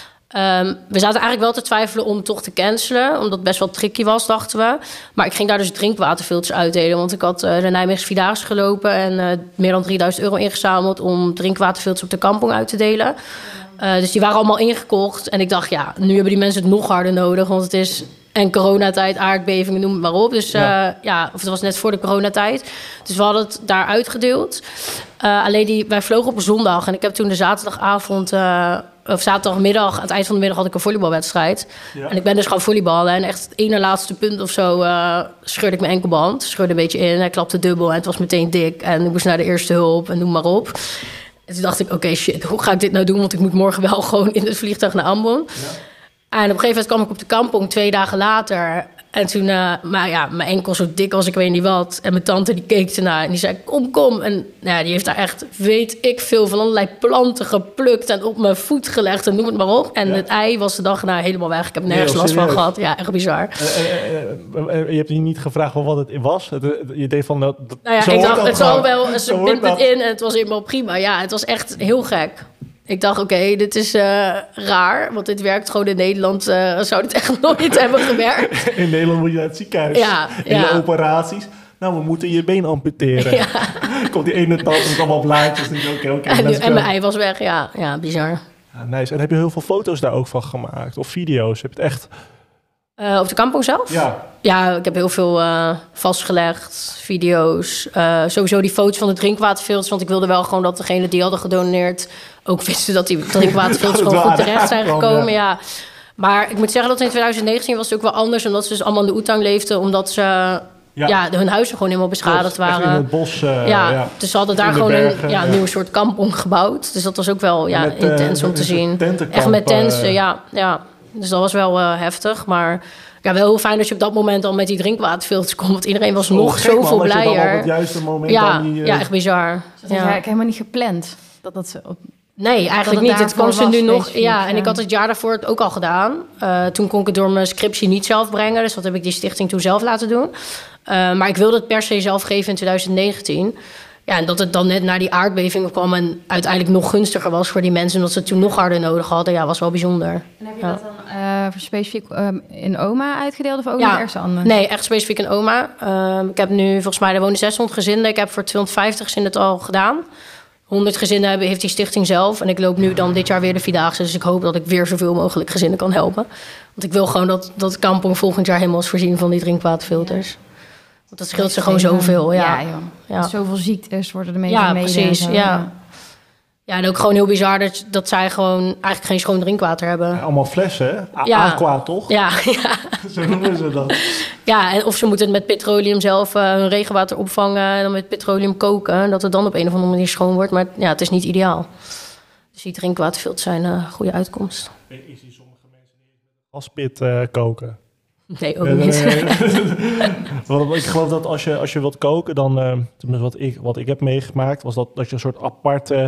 We zaten eigenlijk wel te twijfelen om toch te cancelen, omdat het best wel tricky was, dachten we. Maar ik ging daar dus drinkwaterfilters uitdelen, want ik had de Nijmeegse Vierdaagse gelopen en meer dan €3000 ingezameld om drinkwaterfilters op de kampong uit te delen. Dus die waren allemaal ingekocht. En ik dacht, nu hebben die mensen het nog harder nodig, want het is... En coronatijd, aardbevingen, noem het maar op. Dus of het was net voor de coronatijd. Dus we hadden het daar uitgedeeld. Alleen wij vlogen op een zondag. En ik heb toen de zaterdagavond... of zaterdagmiddag, aan het eind van de middag had ik een volleybalwedstrijd. Ja. En ik ben dus gaan volleyballen. En echt het ene laatste punt of zo scheurde ik mijn enkelband. Scheurde een beetje in. Hij klapte dubbel en het was meteen dik. En ik moest naar de eerste hulp en noem maar op. En toen dacht ik, oké, shit, hoe ga ik dit nou doen? Want ik moet morgen wel gewoon in het vliegtuig naar Ambon. Ja. En op een gegeven moment kwam ik op de kampong 2 dagen later. En toen, mijn enkel zo dik als ik weet niet wat. En mijn tante die keek ernaar en die zei, kom. En die heeft daar echt, weet ik veel, van allerlei planten geplukt en op mijn voet gelegd en noem het maar op. En het ei was de dag erna helemaal weg. Ik heb nergens last van gehad. Ja, echt bizar. Je hebt je niet gevraagd wat het was? Je deed van... ik dacht, het zal wel, ze bindt het in en het was helemaal prima. Ja, het was echt heel gek. Ik dacht, oké, dit is raar, want dit werkt gewoon in Nederland. Zou dit echt nooit hebben gewerkt. In Nederland moet je naar het ziekenhuis. In de operaties. Nou, we moeten je been amputeren. Ja. Komt die ene tand met allemaal blaadjes. Oké, en mijn ei was weg, ja, bizar. Ja, nice. En heb je heel veel foto's daar ook van gemaakt? Of video's? Heb je het echt... Op de kampong zelf? Ja, ik heb heel veel vastgelegd, video's. Sowieso die foto's van de drinkwaterfilters. Want ik wilde wel gewoon dat degene die hadden gedoneerd... ook wisten dat die drinkwaterfilters gewoon goed terecht zijn gekomen. Ja. Maar ik moet zeggen dat in 2019 was het ook wel anders... omdat ze dus allemaal in de Oetang leefden... omdat ze hun huizen gewoon helemaal beschadigd waren. In het bos. Dus ze hadden daar gewoon een nieuwe soort kampong gebouwd. Dus dat was ook wel intens om te zien. Echt met tenten, ja. Dus dat was wel heftig, maar wel heel fijn dat je op dat moment al met die drinkwaterfilters komt. Want iedereen was nog zoveel blijer. Je op het juiste moment ja, echt bizar. Dat is eigenlijk helemaal niet gepland. Nee, eigenlijk niet. Het kwam ze nu nog. Ja, en ik had het jaar daarvoor het ook al gedaan. Toen kon ik het door mijn scriptie niet zelf brengen. Dus dat heb ik die stichting toen zelf laten doen. Maar ik wilde het per se zelf geven in 2019. Ja, en dat het dan net naar die aardbeving kwam en uiteindelijk nog gunstiger was voor die mensen, omdat ze het toen nog harder nodig hadden, was wel bijzonder. En heb je dat dan specifiek in OMA uitgedeeld of ook nog ergens anders? Nee, echt specifiek in OMA. Ik heb nu, volgens mij, er wonen 600 gezinnen. Ik heb voor 250 gezinnen het al gedaan. 100 gezinnen hebben, heeft die stichting zelf. En ik loop nu dan dit jaar weer de Vierdaagse. Dus ik hoop dat ik weer zoveel mogelijk gezinnen kan helpen. Want ik wil gewoon dat Kampong volgend jaar helemaal is voorzien van die drinkwaterfilters. Ja. Want dat scheelt ze gewoon zoveel. Ja, ja. Zoveel ziektes worden ermee ja, vermeden. Precies, ja. Ja, en ook gewoon heel bizar dat zij gewoon eigenlijk geen schoon drinkwater hebben. Ja, allemaal flessen, hè? Ja. Aqua, toch? Ja. Zo noemen ze dat. Ja, en of ze moeten het met petroleum zelf hun regenwater opvangen en dan met petroleum koken. Dat het dan op een of andere manier schoon wordt. Maar ja, het is niet ideaal. Dus die drinkwaterfilters zijn een goede uitkomst. Is die sommige mensen die met gaspit koken? Nee, ook niet. Ik geloof dat als je wilt koken, dan wat ik heb meegemaakt, was dat je een soort aparte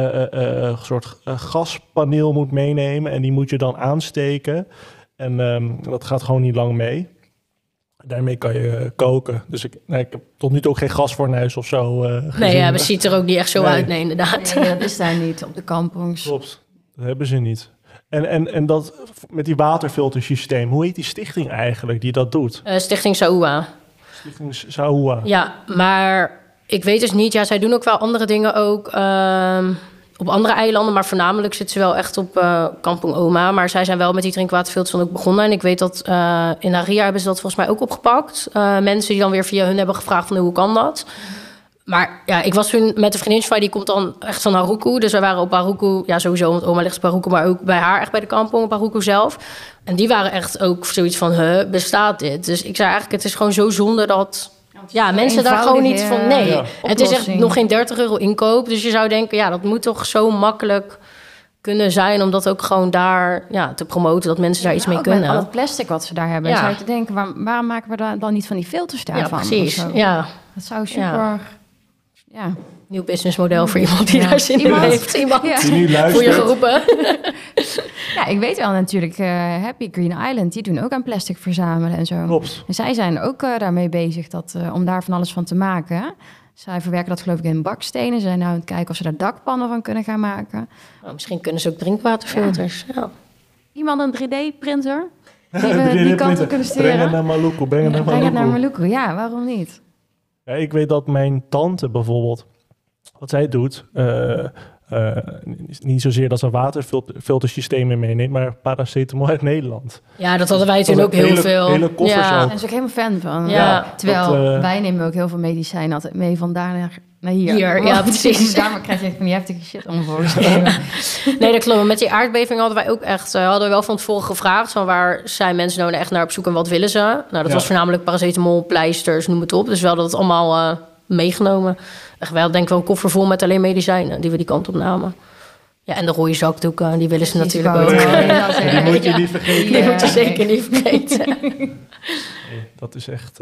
gaspaneel moet meenemen. En die moet je dan aansteken. En dat gaat gewoon niet lang mee. Daarmee kan je koken. Dus ik heb tot nu toe ook geen gasfornuis of zo gezien. Nee, ja, het ziet er ook niet echt zo uit. Nee, inderdaad. Nee, dat is daar niet op de kampongs. Klopt, dat hebben ze niet. En dat met die waterfiltersysteem, hoe heet die stichting eigenlijk die dat doet? Stichting Saoua. Stichting Saoua. Ja, maar ik weet dus niet. Ja, zij doen ook wel andere dingen ook op andere eilanden. Maar voornamelijk zitten ze wel echt op Kampong Oma. Maar zij zijn wel met die drinkwaterfilters dan ook begonnen. En ik weet dat in Aria hebben ze dat volgens mij ook opgepakt. Mensen die dan weer via hun hebben gevraagd van hoe kan dat? Maar ja, ik was toen met een vriendin van die komt dan echt van Haruku. Dus wij waren op Haruku, ja sowieso, want oma ligt op Haruku, maar ook bij haar echt bij de kampong op Haruku zelf. En die waren echt ook zoiets van, bestaat dit? Dus ik zei eigenlijk, het is gewoon zo zonde dat mensen daar gewoon niet van, nee. Ja. Het is echt nog geen €30 inkoop. Dus je zou denken, ja, dat moet toch zo makkelijk kunnen zijn om dat ook gewoon daar te promoten, dat mensen daar iets mee kunnen. Al het plastic wat ze daar hebben. Zou je te denken, waarom maken we dan niet van die filters daarvan? Ja, precies. Ja. Dat zou super... Ja. Nieuw businessmodel voor iemand die daar zin in heeft. Iemand die nu luistert. Voor je geroepen. Ja, ik weet wel natuurlijk, Happy Green Island, die doen ook aan plastic verzamelen en zo. Klopt. En zij zijn ook daarmee bezig om daar van alles van te maken. Zij verwerken dat geloof ik in bakstenen. Ze zijn nou aan het kijken of ze daar dakpannen van kunnen gaan maken. Nou, misschien kunnen ze ook drinkwaterfilters. Ja. Iemand een 3D-printer? Die kant op kunnen sturen? Breng het naar Maluku. Breng het naar Maluku, ja, waarom niet? Ja, ik weet dat mijn tante bijvoorbeeld, wat zij doet, niet zozeer dat ze een waterfiltersysteem meeneemt, maar paracetamol uit Nederland. Ja, dat hadden wij toen ook heel veel. Hele koffers ook. Daar ben ik ook helemaal fan van. Ja. Terwijl wij nemen ook heel veel medicijnen altijd mee van daar naar hier. Ja, precies. Daarom krijg je van die heftige shit omgevoerd. Nee, dat klopt. Met die aardbeving hadden wij ook echt, hadden we wel van tevoren gevraagd van waar zijn mensen nou echt naar op zoek en wat willen ze? Nou, dat was voornamelijk paracetamol, pleisters, noem het op. Dus wel dat het allemaal meegenomen. Echt wel, denk ik wel een koffer vol met alleen medicijnen die we die kant op namen. Ja, en de rode zakdoeken, die willen ze natuurlijk ook. Die moet je niet vergeten. Die moet je zeker niet vergeten. Nee, dat is echt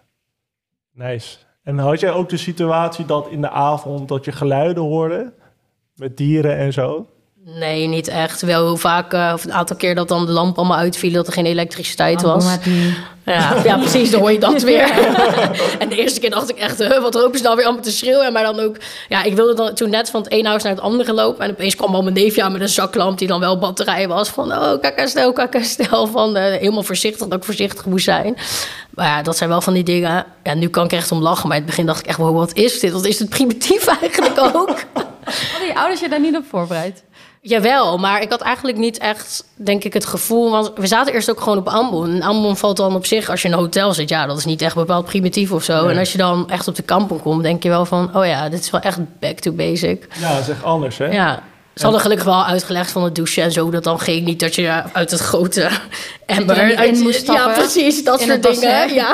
nice. En had jij ook de situatie dat in de avond dat je geluiden hoorde met dieren en zo? Nee, niet echt. Wel heel vaak, of een aantal keer dat dan de lamp allemaal uitviel, dat er geen elektriciteit was. Ja, precies, dan hoor je dat weer. En de eerste keer dacht ik echt, wat lopen ze nou weer allemaal te schreeuwen? Maar dan ook, ik wilde dan toen net van het ene huis naar het andere lopen. En opeens kwam al mijn neefje aan met een zaklamp die dan wel batterij was. Van, kakastel. Van, helemaal voorzichtig, dat ik voorzichtig moest zijn. Maar ja, dat zijn wel van die dingen. Ja, nu kan ik er echt om lachen. Maar in het begin dacht ik echt, wow, wat is dit? Wat is het primitief eigenlijk ook? Hadden je ouders je daar niet op voorbereid? Jawel, maar ik had eigenlijk niet echt, denk ik, het gevoel. Want we zaten eerst ook gewoon op Ambon. En Ambon valt dan op zich, als je in een hotel zit, dat is niet echt bepaald primitief of zo. Nee. En als je dan echt op de kampong komt, denk je wel van, dit is wel echt back to basic. Ja, dat is echt anders, hè? Ja. Ze hadden gelukkig wel uitgelegd van het douchen en zo. Dat dan ging niet dat je uit het grote emmer uit moest stappen. Ja, precies, dat soort dingen. Ja.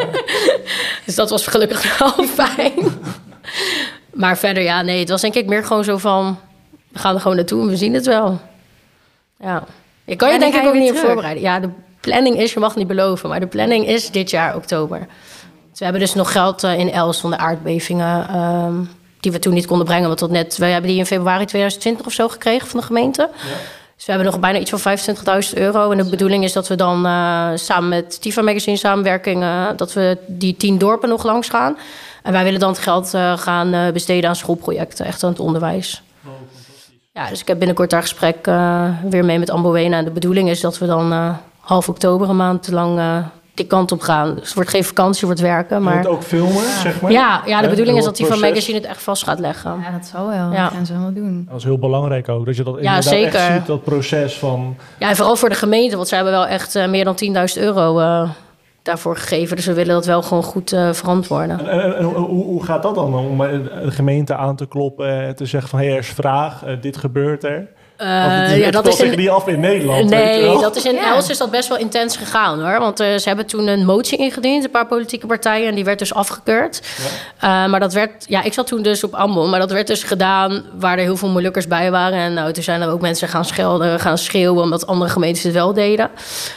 Dus dat was gelukkig wel fijn. Maar verder, nee, het was denk ik meer gewoon zo van, we gaan er gewoon naartoe en we zien het wel. Ja. Je kan je denk ik ook niet op voorbereiden. Ja, de planning is, je mag niet beloven, maar de planning is dit jaar oktober. Dus we hebben dus nog geld in Els van de aardbevingen, die we toen niet konden brengen. Want we hebben die in februari 2020 of zo gekregen van de gemeente. Ja. Dus we hebben nog bijna iets van €25.000. En de bedoeling is dat we dan samen met Tifa Magazine samenwerking, dat we die 10 dorpen nog langs gaan. En wij willen dan het geld gaan besteden aan schoolprojecten, echt aan het onderwijs. Oh, fantastisch. Ja, dus ik heb binnenkort daar gesprek weer mee met Ambowena. En de bedoeling is dat we dan half oktober, een maand lang, die kant op gaan. Dus het wordt geen vakantie, wordt werken. Maar Je moet ook filmen, zeg maar. Ja, de bedoeling is dat die van proces. Magazine het echt vast gaat leggen. Ja, dat zal wel. Dat gaan ze wel doen. Dat is heel belangrijk ook. Dat je dat inderdaad zeker. echt ziet, dat proces van... Ja, en vooral voor de gemeente. Want zij hebben wel echt meer dan €10.000 daarvoor gegeven. Dus we willen dat wel gewoon goed verantwoorden. En hoe gaat dat dan? Om de gemeente aan te kloppen en te zeggen van... er is vraag, dit gebeurt er. Dat is niet af in Nederland. Nee, weet je wel? dat is in Els is dat best wel intens gegaan, hoor. Want ze hebben toen een motie ingediend, een paar politieke partijen, en die werd dus afgekeurd. Ja. Maar dat werd, ik zat toen dus op Ambon, maar dat werd dus gedaan waar er heel veel Molukkers bij waren. En nou, toen zijn er ook mensen gaan schelden, gaan schreeuwen, omdat andere gemeentes het wel deden.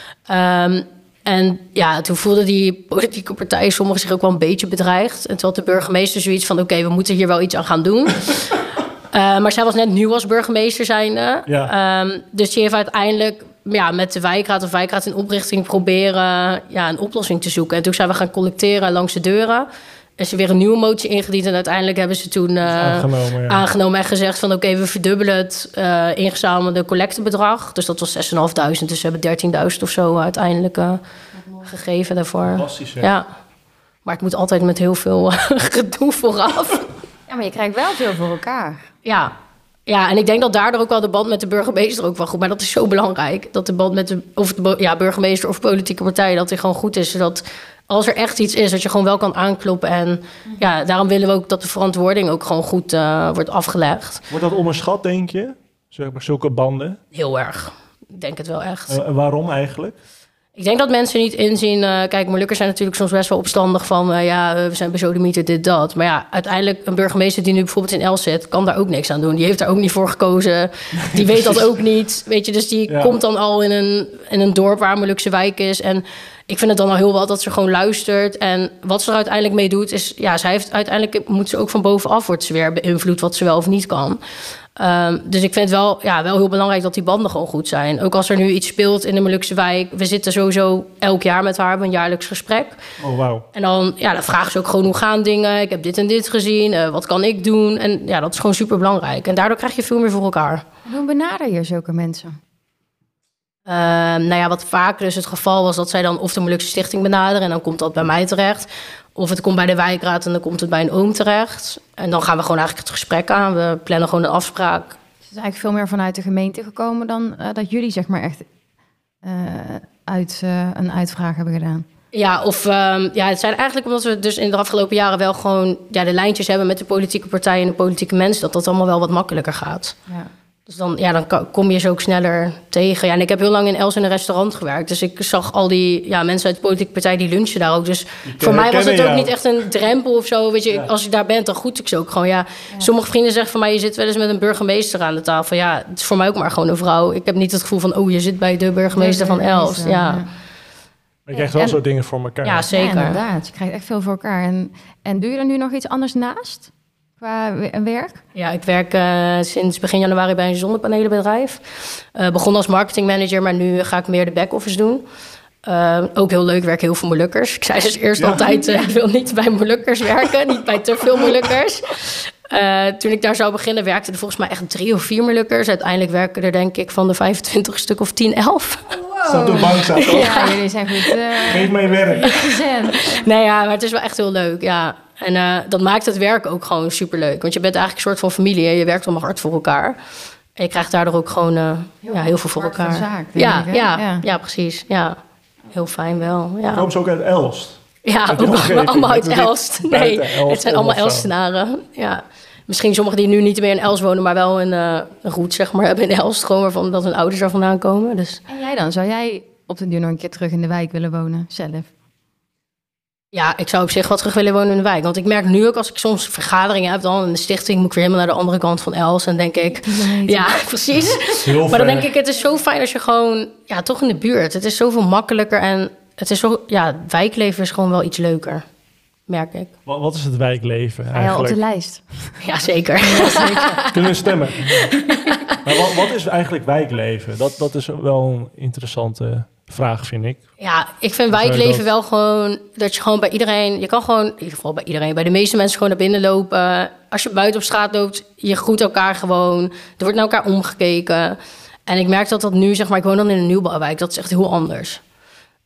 En ja, toen voelden die politieke partijen sommigen zich ook wel een beetje bedreigd. En toen had de burgemeester zoiets van, oké, we moeten hier wel iets aan gaan doen. Maar zij was net nieuw als burgemeester zijnde. Ja. Dus die heeft uiteindelijk met de wijkraad in oprichting proberen een oplossing te zoeken. En toen zijn we gaan collecteren langs de deuren. En ze weer een nieuwe motie ingediend. En uiteindelijk hebben ze toen aangenomen en gezegd van... oké, we verdubbelen het ingezamelde collectebedrag. Dus dat was 6.500. Dus ze hebben 13.000 of zo uiteindelijk gegeven daarvoor. Fantastisch, hè? Ja. Maar het moet altijd met heel veel gedoe vooraf. Ja, maar je krijgt wel veel voor elkaar. Ja, en ik denk dat daardoor ook wel de band met de burgemeester ook wel goed... maar dat is zo belangrijk, dat de band met de burgemeester of politieke partij... dat die gewoon goed is, zodat als er echt iets is... dat je gewoon wel kan aankloppen. En daarom willen we ook dat de verantwoording ook gewoon goed wordt afgelegd. Wordt dat onderschat, denk je? Zeg maar, zulke banden? Heel erg. Ik denk het wel echt. Waarom eigenlijk? Ik denk dat mensen niet inzien... kijk, Molukkers zijn natuurlijk soms best wel opstandig van... we zijn besodemieten, dit, dat. Maar ja, uiteindelijk een burgemeester die nu bijvoorbeeld in Els zit... kan daar ook niks aan doen. Die heeft daar ook niet voor gekozen. Die weet dat ook niet. Weet je, dus die komt dan al in een dorp waar een Molukse wijk is. En ik vind het dan al heel wat dat ze gewoon luistert. En wat ze er uiteindelijk mee doet is... zij heeft uiteindelijk moet ze ook van bovenaf... wordt ze weer beïnvloed wat ze wel of niet kan. Dus ik vind het wel heel belangrijk dat die banden gewoon goed zijn. Ook als er nu iets speelt in de Molukse wijk. We zitten sowieso elk jaar met haar, hebben een jaarlijks gesprek. Oh, wauw. En dan vragen ze ook gewoon hoe gaan dingen. Ik heb dit en dit gezien, wat kan ik doen? En dat is gewoon super belangrijk. En daardoor krijg je veel meer voor elkaar. Hoe benader je zulke mensen? Wat vaak dus het geval was... dat zij dan of de Molukse Stichting benaderen... en dan komt dat bij mij terecht. Of het komt bij de wijkraad en dan komt het bij een oom terecht. En dan gaan we gewoon eigenlijk het gesprek aan. We plannen gewoon een afspraak. Het is eigenlijk veel meer vanuit de gemeente gekomen... dan dat jullie zeg maar echt een uitvraag hebben gedaan. Ja, het zijn eigenlijk omdat we dus in de afgelopen jaren... wel gewoon de lijntjes hebben met de politieke partijen... en de politieke mensen... dat allemaal wel wat makkelijker gaat. Ja. Dus dan kom je ze ook sneller tegen. Ja, en ik heb heel lang in Els in een restaurant gewerkt. Dus ik zag al die mensen uit de politieke partij die lunchen daar ook. Dus voor mij was het ook niet echt een drempel of zo. Weet je, als je daar bent, dan groet ik ze ook gewoon. Sommige vrienden zeggen van mij, je zit wel eens met een burgemeester aan de tafel. Ja, het is voor mij ook maar gewoon een vrouw. Ik heb niet het gevoel van, je zit bij de burgemeester van Els. Ja. Maar je krijgt wel zo dingen voor elkaar. Ja, zeker. Ja, inderdaad. Je krijgt echt veel voor elkaar. En doe je er nu nog iets anders naast? Qua werk? Ja, ik werk sinds begin januari bij een zonnepanelenbedrijf. Begon als marketingmanager, maar nu ga ik meer de back-office doen. Ook heel leuk, werk heel veel Molukkers. Ik zei dus eerst altijd, ik wil niet bij Molukkers werken. Niet bij te veel Molukkers. Toen ik daar zou beginnen, werkten er volgens mij echt 3 of 4 Molukkers. Uiteindelijk werken er denk ik van de 25 stuk of 10, 11. Staat op bank, toch? Ja, jullie zijn goed. Geef mij werk. Nee, maar het is wel echt heel leuk, ja. En dat maakt het werk ook gewoon superleuk. Want je bent eigenlijk een soort van familie. En je werkt allemaal hard voor elkaar. En je krijgt daardoor ook gewoon heel veel voor elkaar. Zaak, ja, precies. Ja, heel fijn wel. Ja. Komen ze ook uit Elst? Ja, allemaal uit Elst. Nee, het zijn allemaal Elstenaren. Ja. Misschien sommigen die nu niet meer in Elst wonen... maar wel een route zeg maar, hebben in Elst. Gewoon waarvan dat hun ouders er vandaan komen. Dus. En jij dan? Zou jij op de duur nog een keer terug in de wijk willen wonen zelf? Ja, ik zou op zich wel terug willen wonen in de wijk. Want ik merk nu ook als ik soms vergaderingen heb... dan in de stichting moet ik weer helemaal naar de andere kant van Els. En denk ik, ja, precies. Maar dan denk ik, het is zo fijn als je gewoon... ja, toch in de buurt. Het is zoveel makkelijker en het is zo... ja, het wijkleven is gewoon wel iets leuker, merk ik. Wat is het wijkleven eigenlijk? Ja, op de lijst. Ja, zeker. Kunnen we stemmen? Maar wat is eigenlijk wijkleven? Dat is wel een interessante vraag, vind ik. Ja, ik vind wijkleven wel gewoon... dat je gewoon bij iedereen... je kan gewoon, in ieder geval bij iedereen... bij de meeste mensen gewoon naar binnen lopen. Als je buiten op straat loopt, je groet elkaar gewoon. Er wordt naar elkaar omgekeken. En ik merk dat nu, zeg maar... ik woon dan in een nieuwbouwwijk. Dat is echt heel anders.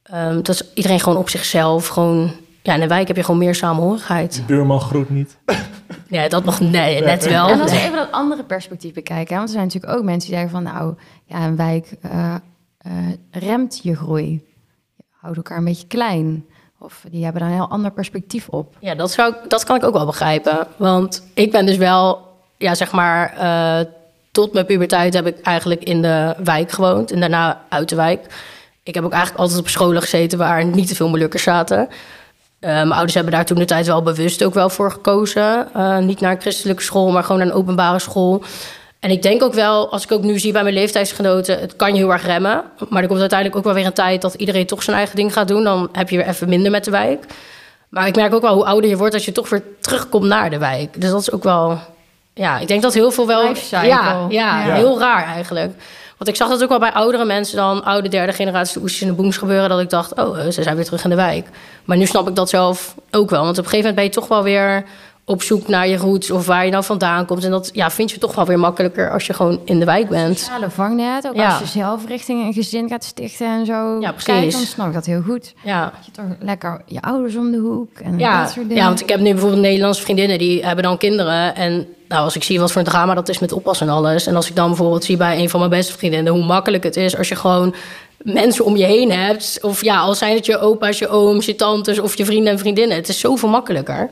Dat is iedereen gewoon op zichzelf. Gewoon, ja, in de wijk heb je gewoon meer samenhorigheid. De buurman groet niet. Ja, dat nog net wel. En als we even dat andere perspectief bekijken... Hè, want er zijn natuurlijk ook mensen die zeggen van... nou, ja, een wijk remt je groei. Houdt elkaar een beetje klein. Of die hebben daar een heel ander perspectief op. Ja, dat kan ik ook wel begrijpen. Want ik ben dus wel, ja, zeg maar... tot mijn puberteit heb ik eigenlijk in de wijk gewoond. En daarna uit de wijk. Ik heb ook eigenlijk altijd op scholen gezeten... waar niet te veel Molukkers zaten... mijn ouders hebben daar toen de tijd wel bewust ook wel voor gekozen. Niet naar een christelijke school, maar gewoon naar een openbare school. En ik denk ook wel, als ik ook nu zie bij mijn leeftijdsgenoten... het kan je heel erg remmen. Maar er komt uiteindelijk ook wel weer een tijd... dat iedereen toch zijn eigen ding gaat doen. Dan heb je weer even minder met de wijk. Maar ik merk ook wel hoe ouder je wordt... als je toch weer terugkomt naar de wijk. Dus dat is ook wel... Ja, ik denk dat heel veel wel... Ja, heel raar eigenlijk. Want ik zag dat ook wel bij oudere mensen dan... oude derde generatie de oesters en de booms gebeuren... dat ik dacht, ze zijn weer terug in de wijk. Maar nu snap ik dat zelf ook wel. Want op een gegeven moment ben je toch wel weer... op zoek naar je roots of waar je nou vandaan komt. En dat vind je toch wel weer makkelijker... als je gewoon in de wijk bent. Sociale vangnet, ook als je zelf richting een gezin gaat stichten en zo. Ja, precies. Dan snap ik dat heel goed. Ja. Dat je toch lekker je ouders om de hoek en dat soort dingen. Ja, want ik heb nu bijvoorbeeld Nederlandse vriendinnen... die hebben dan kinderen en... Nou, als ik zie wat voor een drama dat is met oppassen en alles... en als ik dan bijvoorbeeld zie bij een van mijn beste vriendinnen... hoe makkelijk het is als je gewoon mensen om je heen hebt... of ja, al zijn het je opa's, je ooms, je tantes... of je vrienden en vriendinnen. Het is zoveel makkelijker.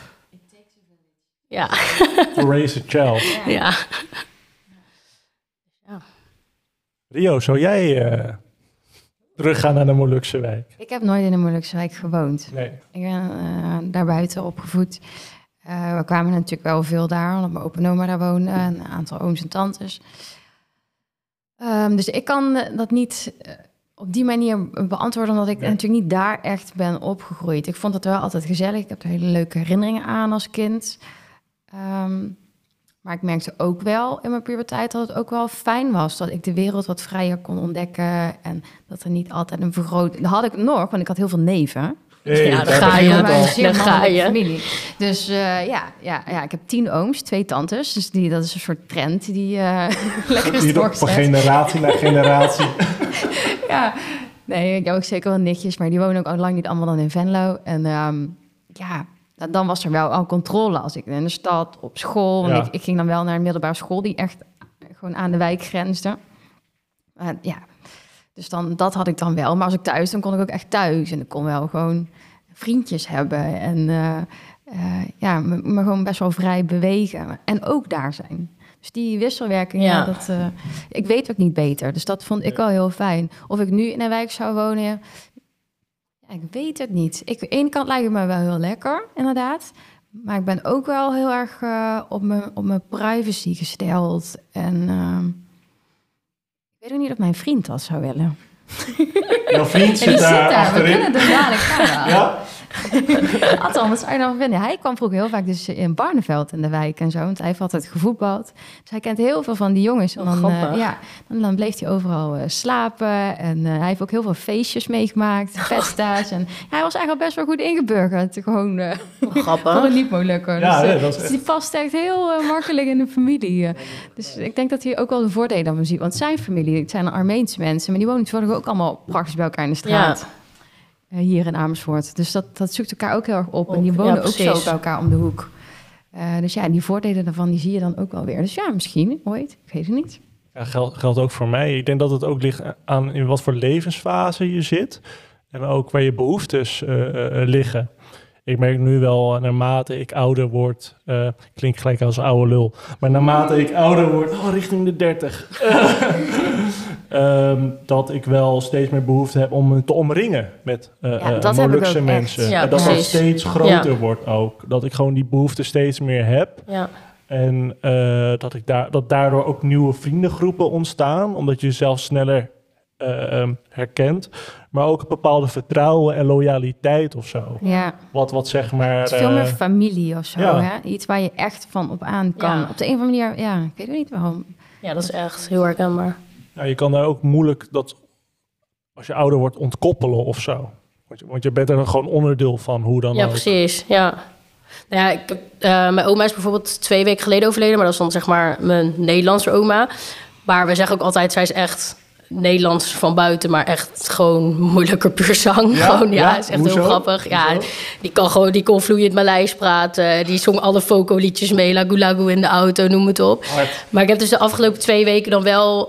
Ja. To raise a child. Ja. Rio, zou jij teruggaan naar de Molukse wijk? Ik heb nooit in de Molukse wijk gewoond. Nee. Ik ben daarbuiten opgevoed... we kwamen natuurlijk wel veel daar, omdat mijn opa en oma daar woonden... en een aantal ooms en tantes. Dus ik kan dat niet op die manier beantwoorden... omdat ik natuurlijk niet daar echt ben opgegroeid. Ik vond het wel altijd gezellig. Ik heb er hele leuke herinneringen aan als kind. Maar ik merkte ook wel in mijn puberteit dat het ook wel fijn was... dat ik de wereld wat vrijer kon ontdekken... en dat er niet altijd een vergroting... Dat had ik nog, want ik had heel veel neven... Hey, ja, daar ga je. Daar ga je. Familie. Dus ik heb 10 ooms, 2 tantes. Dus dat is een soort trend die lekker is doorgezet. Van generatie naar generatie. Ja, nee, ik heb ook zeker wel nichtjes, maar die wonen ook al lang niet allemaal dan in Venlo. En dan was er wel al controle als ik in de stad, op school. Want ik ging dan wel naar een middelbare school die echt gewoon aan de wijk grensde. Dus dat had ik dan wel. Maar als ik thuis, dan kon ik ook echt thuis. En ik kon wel gewoon vriendjes hebben. En me gewoon best wel vrij bewegen. En ook daar zijn. Dus die wisselwerking, ik weet ook niet beter. Dus dat vond ik wel heel fijn. Of ik nu in een wijk zou wonen... ik weet het niet. Aan de ene kant lijkt het me wel heel lekker, inderdaad. Maar ik ben ook wel heel erg op mijn privacy gesteld. En... ik weet ook niet of mijn vriend dat zou willen. Jouw vriend zit daar achterin. We kunnen er dadelijk gaan. Ja? Althans, wat zou je nou vinden? Hij kwam vroeger heel vaak dus in Barneveld in de wijk en zo. Want hij heeft altijd gevoetbald. Dus hij kent heel veel van die jongens. En dan bleef hij overal slapen. En hij heeft ook heel veel feestjes meegemaakt. Festa's. En hij was eigenlijk best wel goed ingeburgerd. Gewoon grappig. Voor een niet-Molukker. Ja, dus die past echt heel makkelijk in de familie. Dus ik denk dat hij ook wel de voordelen van ziet. Want zijn familie, het zijn Armeense mensen. Maar die wonen toevallig ook allemaal praktisch bij elkaar in de straat. Ja. Hier in Amersfoort. Dus dat zoekt elkaar ook heel erg op. En die wonen ook zo bij elkaar om de hoek. Dus die voordelen daarvan, die zie je dan ook wel weer. Dus misschien, ooit. Ik weet het niet. Ja, geldt ook voor mij. Ik denk dat het ook ligt aan in wat voor levensfase je zit. En ook waar je behoeftes liggen. Ik merk nu wel, naarmate ik ouder word... klinkt gelijk als oude lul. Maar naarmate ik ouder word, richting de 30... dat ik wel steeds meer behoefte heb om me te omringen met Molukse mensen. Ja, en dat dat steeds groter wordt ook. Dat ik gewoon die behoefte steeds meer heb. Ja. En dat daardoor ook nieuwe vriendengroepen ontstaan. Omdat je jezelf sneller herkent. Maar ook een bepaalde vertrouwen en loyaliteit of zo. Ja. Wat zeg maar... Het is veel meer familie of zo. Hè? Iets waar je echt van op aan kan. Ja. Op de een of andere manier, ik weet niet waarom. Ja, dat is echt heel herkenbaar. Ja, je kan daar ook moeilijk dat als je ouder wordt ontkoppelen of zo. Want je bent er dan gewoon onderdeel van, hoe dan ook. Ja, precies. Ja. Nou ja, mijn oma is bijvoorbeeld 2 weken geleden overleden, maar dat is dan zeg maar mijn Nederlandse oma. Maar we zeggen ook altijd, zij is echt Nederlands van buiten, maar echt gewoon moeilijker puur zang. Ja? Gewoon, Ja? is echt Hoezo? heel grappig. Ja, Hoezo? die kon vloeiend Maleis praten. Die zong alle Foco-liedjes mee, Lagu Lagu in de auto, noem het op. Hard. Maar ik heb dus de afgelopen 2 weken dan wel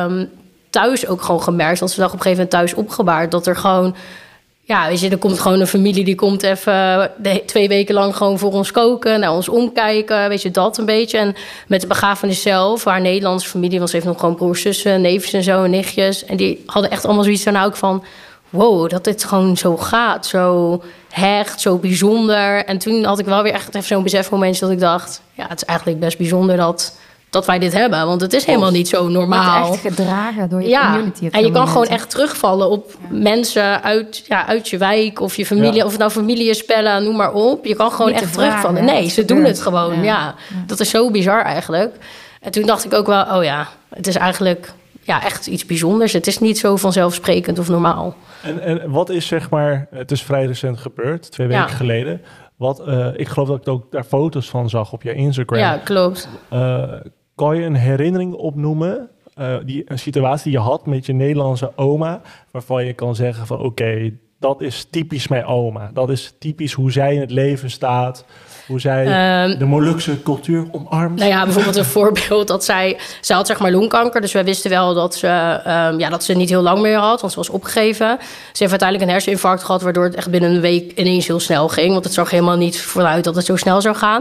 thuis ook gewoon gemerkt, want ze lag op een gegeven moment thuis opgebaard, dat er gewoon, ja, weet je, er komt gewoon een familie die komt even 2 weken lang gewoon voor ons koken, naar ons omkijken, weet je, dat een beetje. En met de begrafenis zelf, haar Nederlandse familie, want ze heeft nog gewoon broers, zussen, neefjes en zo, en nichtjes. En die hadden echt allemaal zoiets van, ook van, wow, dat dit gewoon zo gaat, zo hecht, zo bijzonder. En toen had ik wel weer echt even zo'n besefmomentje dat ik dacht, ja, het is eigenlijk best bijzonder dat wij dit hebben. Want het is helemaal niet zo normaal. Wordt echt gedragen door je Ja, community. en je kan gewoon echt terugvallen op mensen uit je wijk of je familie. Ja. Of het nou familie is, spellen, noem maar op. Je kan gewoon Niet te echt vragen, terugvallen. hè, Nee, het ze doen gebeurt. het gewoon. Ja. Dat is zo bizar eigenlijk. En toen dacht ik ook wel, oh ja, het is eigenlijk echt iets bijzonders. Het is niet zo vanzelfsprekend of normaal. En wat is, zeg maar, het is vrij recent gebeurd, 2 weken geleden. Ik geloof dat ik ook daar foto's van zag op je Instagram. Ja, klopt. Kan je een herinnering opnoemen, een situatie die je had met je Nederlandse oma, waarvan je kan zeggen van oké, dat is typisch mijn oma. Dat is typisch hoe zij in het leven staat, hoe zij de Molukse cultuur omarmt. Nou ja, bijvoorbeeld een voorbeeld dat zij had zeg maar longkanker. Dus wij wisten wel dat ze niet heel lang meer had, want ze was opgegeven. Ze heeft uiteindelijk een herseninfarct gehad, waardoor het echt binnen een week ineens heel snel ging. Want het zag helemaal niet vooruit dat het zo snel zou gaan.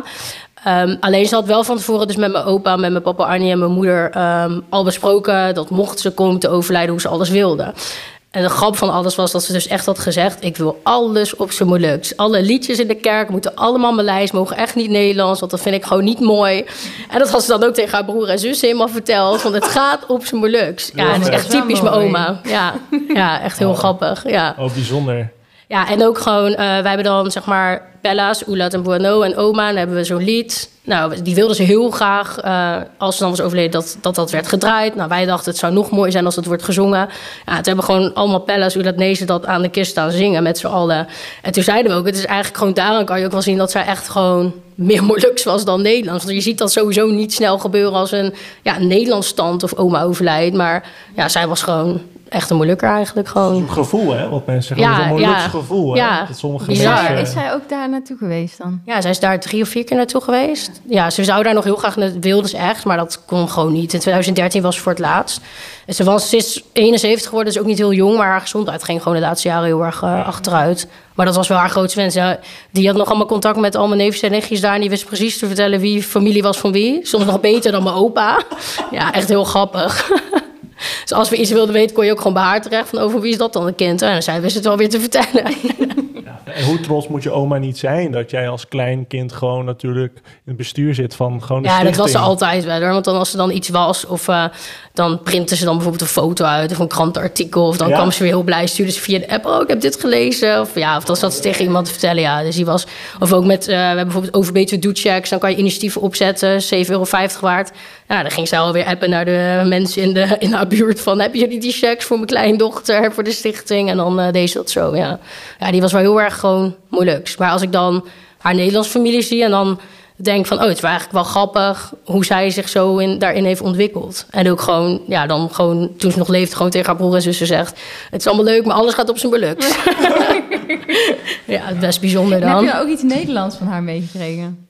Alleen ze had wel van tevoren dus met mijn opa, met mijn papa Arnie en mijn moeder al besproken dat mocht ze komen te overlijden, hoe ze alles wilde. En de grap van alles was dat ze dus echt had gezegd, ik wil alles op zijn Moluks. Alle liedjes in de kerk moeten allemaal Maleis, mogen echt niet Nederlands, want dat vind ik gewoon niet mooi. En dat had ze dan ook tegen haar broer en zus helemaal verteld, want het gaat op zijn Moluks. Ja, en dat is echt typisch mijn oma. Ja, echt heel grappig. Ja. Oh, bijzonder. Ja, en ook gewoon, wij hebben dan zeg maar Bella's, Oelat en Bueno en oma. En dan hebben we zo'n lied. Nou, die wilden ze heel graag, als ze dan was overleden, dat werd gedraaid. Nou, wij dachten, het zou nog mooi zijn als het wordt gezongen. Ja, het hebben gewoon allemaal Bella's, Oelatnezen dat aan de kist staan zingen met z'n allen. En toen zeiden we ook, het is eigenlijk gewoon, daaraan kan je ook wel zien dat zij echt gewoon meer Moluks was dan Nederlands. Want je ziet dat sowieso niet snel gebeuren als een Nederlands stand of oma overlijdt. Maar ja, zij was gewoon echt een Molukker eigenlijk gewoon. Een gevoel, hè? Wat mensen zeggen, een Moluks gevoel. Hè? Ja, dat sommige bizar. mensen... Is zij ook daar naartoe geweest dan? Ja, zij is daar 3 of 4 keer naartoe geweest. Ja, ze zou daar nog heel graag naartoe, wilde ze echt, maar dat kon gewoon niet. In 2013 was ze voor het laatst. En ze is 71 geworden, dus ook niet heel jong, maar haar gezondheid ging gewoon de laatste jaren heel erg achteruit. Maar dat was wel haar grootste wens. Ja, die had nog allemaal contact met al mijn neefjes en nichtjes daar en die wist precies te vertellen wie familie was van wie. Soms nog beter dan mijn opa. Ja, echt heel grappig. Dus als we iets wilden weten, kon je ook gewoon bij haar terecht van over wie is dat dan een kind. En zij wist het wel weer te vertellen. Ja, en hoe trots moet je oma niet zijn dat jij als klein kind gewoon natuurlijk in het bestuur zit van gewoon de stichting. Ja, dat was ze altijd wel hoor. Want dan als er dan iets was of dan printen ze dan bijvoorbeeld een foto uit of een krantenartikel. Of dan kwam ze weer heel blij, stuurde ze via de app, oh ik heb dit gelezen. Of dan zat ze tegen iemand te vertellen. Ja, dus die was, of ook met, we hebben bijvoorbeeld overbeter doechecks. Dan kan je initiatieven opzetten, €7,50 waard. Ja, dan ging zij alweer appen naar de mensen in haar buurt van, hebben jullie die checks voor mijn kleindochter, voor de stichting? En dan deed ze dat zo, ja. Ja, die was wel heel erg gewoon Moluks. Maar als ik dan haar Nederlandse familie zie en dan denk van, oh, het is eigenlijk wel grappig hoe zij zich zo daarin heeft ontwikkeld. En ook gewoon, dan gewoon, toen ze nog leefde, gewoon tegen haar broer en zussen zegt, het is allemaal leuk, maar alles gaat op zijn Moluks. Ja, het is best bijzonder dan. En heb je ook iets Nederlands van haar meegekregen?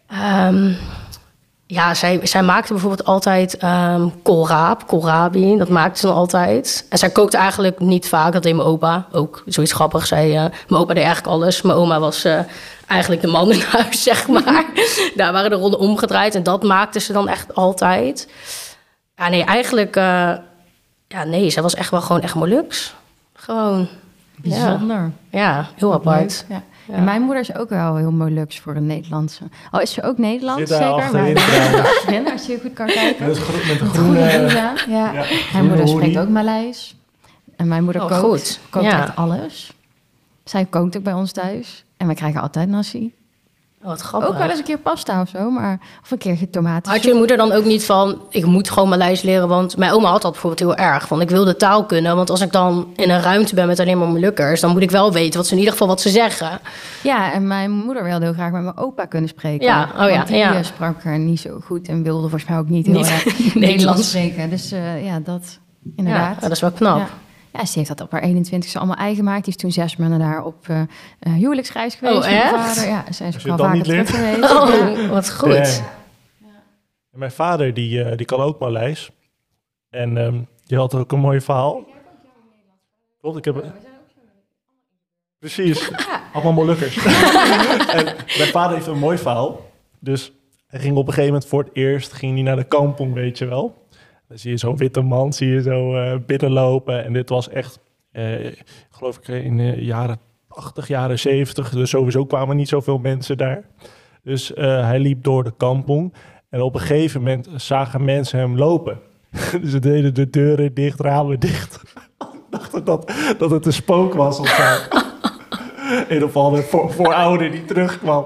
Ja, zij maakte bijvoorbeeld altijd koolrabi. Dat maakte ze dan altijd. En zij kookte eigenlijk niet vaak. Dat deed mijn opa. Ook zoiets grappigs. Mijn opa deed eigenlijk alles. Mijn oma was eigenlijk de man in huis, zeg maar. Daar waren de rollen omgedraaid. En dat maakte ze dan echt altijd. Ja, nee, eigenlijk... nee, zij was echt wel gewoon echt Moluks. Gewoon... Bijzonder. Ja, heel apart. Ja. Ja. En mijn moeder is ook wel heel Moluks voor een Nederlandse. Al is ze ook Nederlands, zit daar zeker. achterin, Als je goed kan kijken. Met een Groene groene... hoesa. Ja. Mijn moeder spreekt ook Maleis. En mijn moeder kookt echt alles. Zij kookt ook bij ons thuis. En wij krijgen altijd nasi. Oh, wat grappig. Ook wel eens een keer pasta of zo, maar of een keer tomaten. Had je moeder dan ook niet van, ik moet gewoon Maleis leren? Want mijn oma had dat bijvoorbeeld heel erg. Van, ik wil de taal kunnen, want als ik dan in een ruimte ben met alleen maar Molukkers, dan moet ik wel weten wat ze in ieder geval wat ze zeggen. Ja, en mijn moeder wilde heel graag met mijn opa kunnen spreken. Ja, want die sprak er niet zo goed en wilde volgens mij ook niet heel erg Nederlands spreken. Dus dat... inderdaad. Ja, dat is wel knap. Ja. Ja, ze heeft dat op haar 21ste allemaal eigen gemaakt. Die is toen 6 maanden daar op huwelijksreis geweest. Oh, echt? Met mijn vader. Ja, ze is Als je ook het wel dan vaker niet terug leert. geweest. Oh, wat goed. En mijn vader, die kan ook Maleis. En die had ook een mooi verhaal. Klopt, ik heb... Precies, allemaal Molukkers. En mijn vader heeft een mooi verhaal. Dus hij ging op een gegeven moment voor het eerst naar de kampong, weet je wel. Dan zie je zo'n witte man, zie je zo binnenlopen. En dit was echt, geloof ik, in de jaren 80, jaren 70. Dus sowieso kwamen niet zoveel mensen daar. Dus hij liep door de kampong. En op een gegeven moment zagen mensen hem lopen. Dus ze deden de deuren dicht, ramen dicht. Dachten dat het een spook was of zo. In ieder geval de voorouder die terugkwam.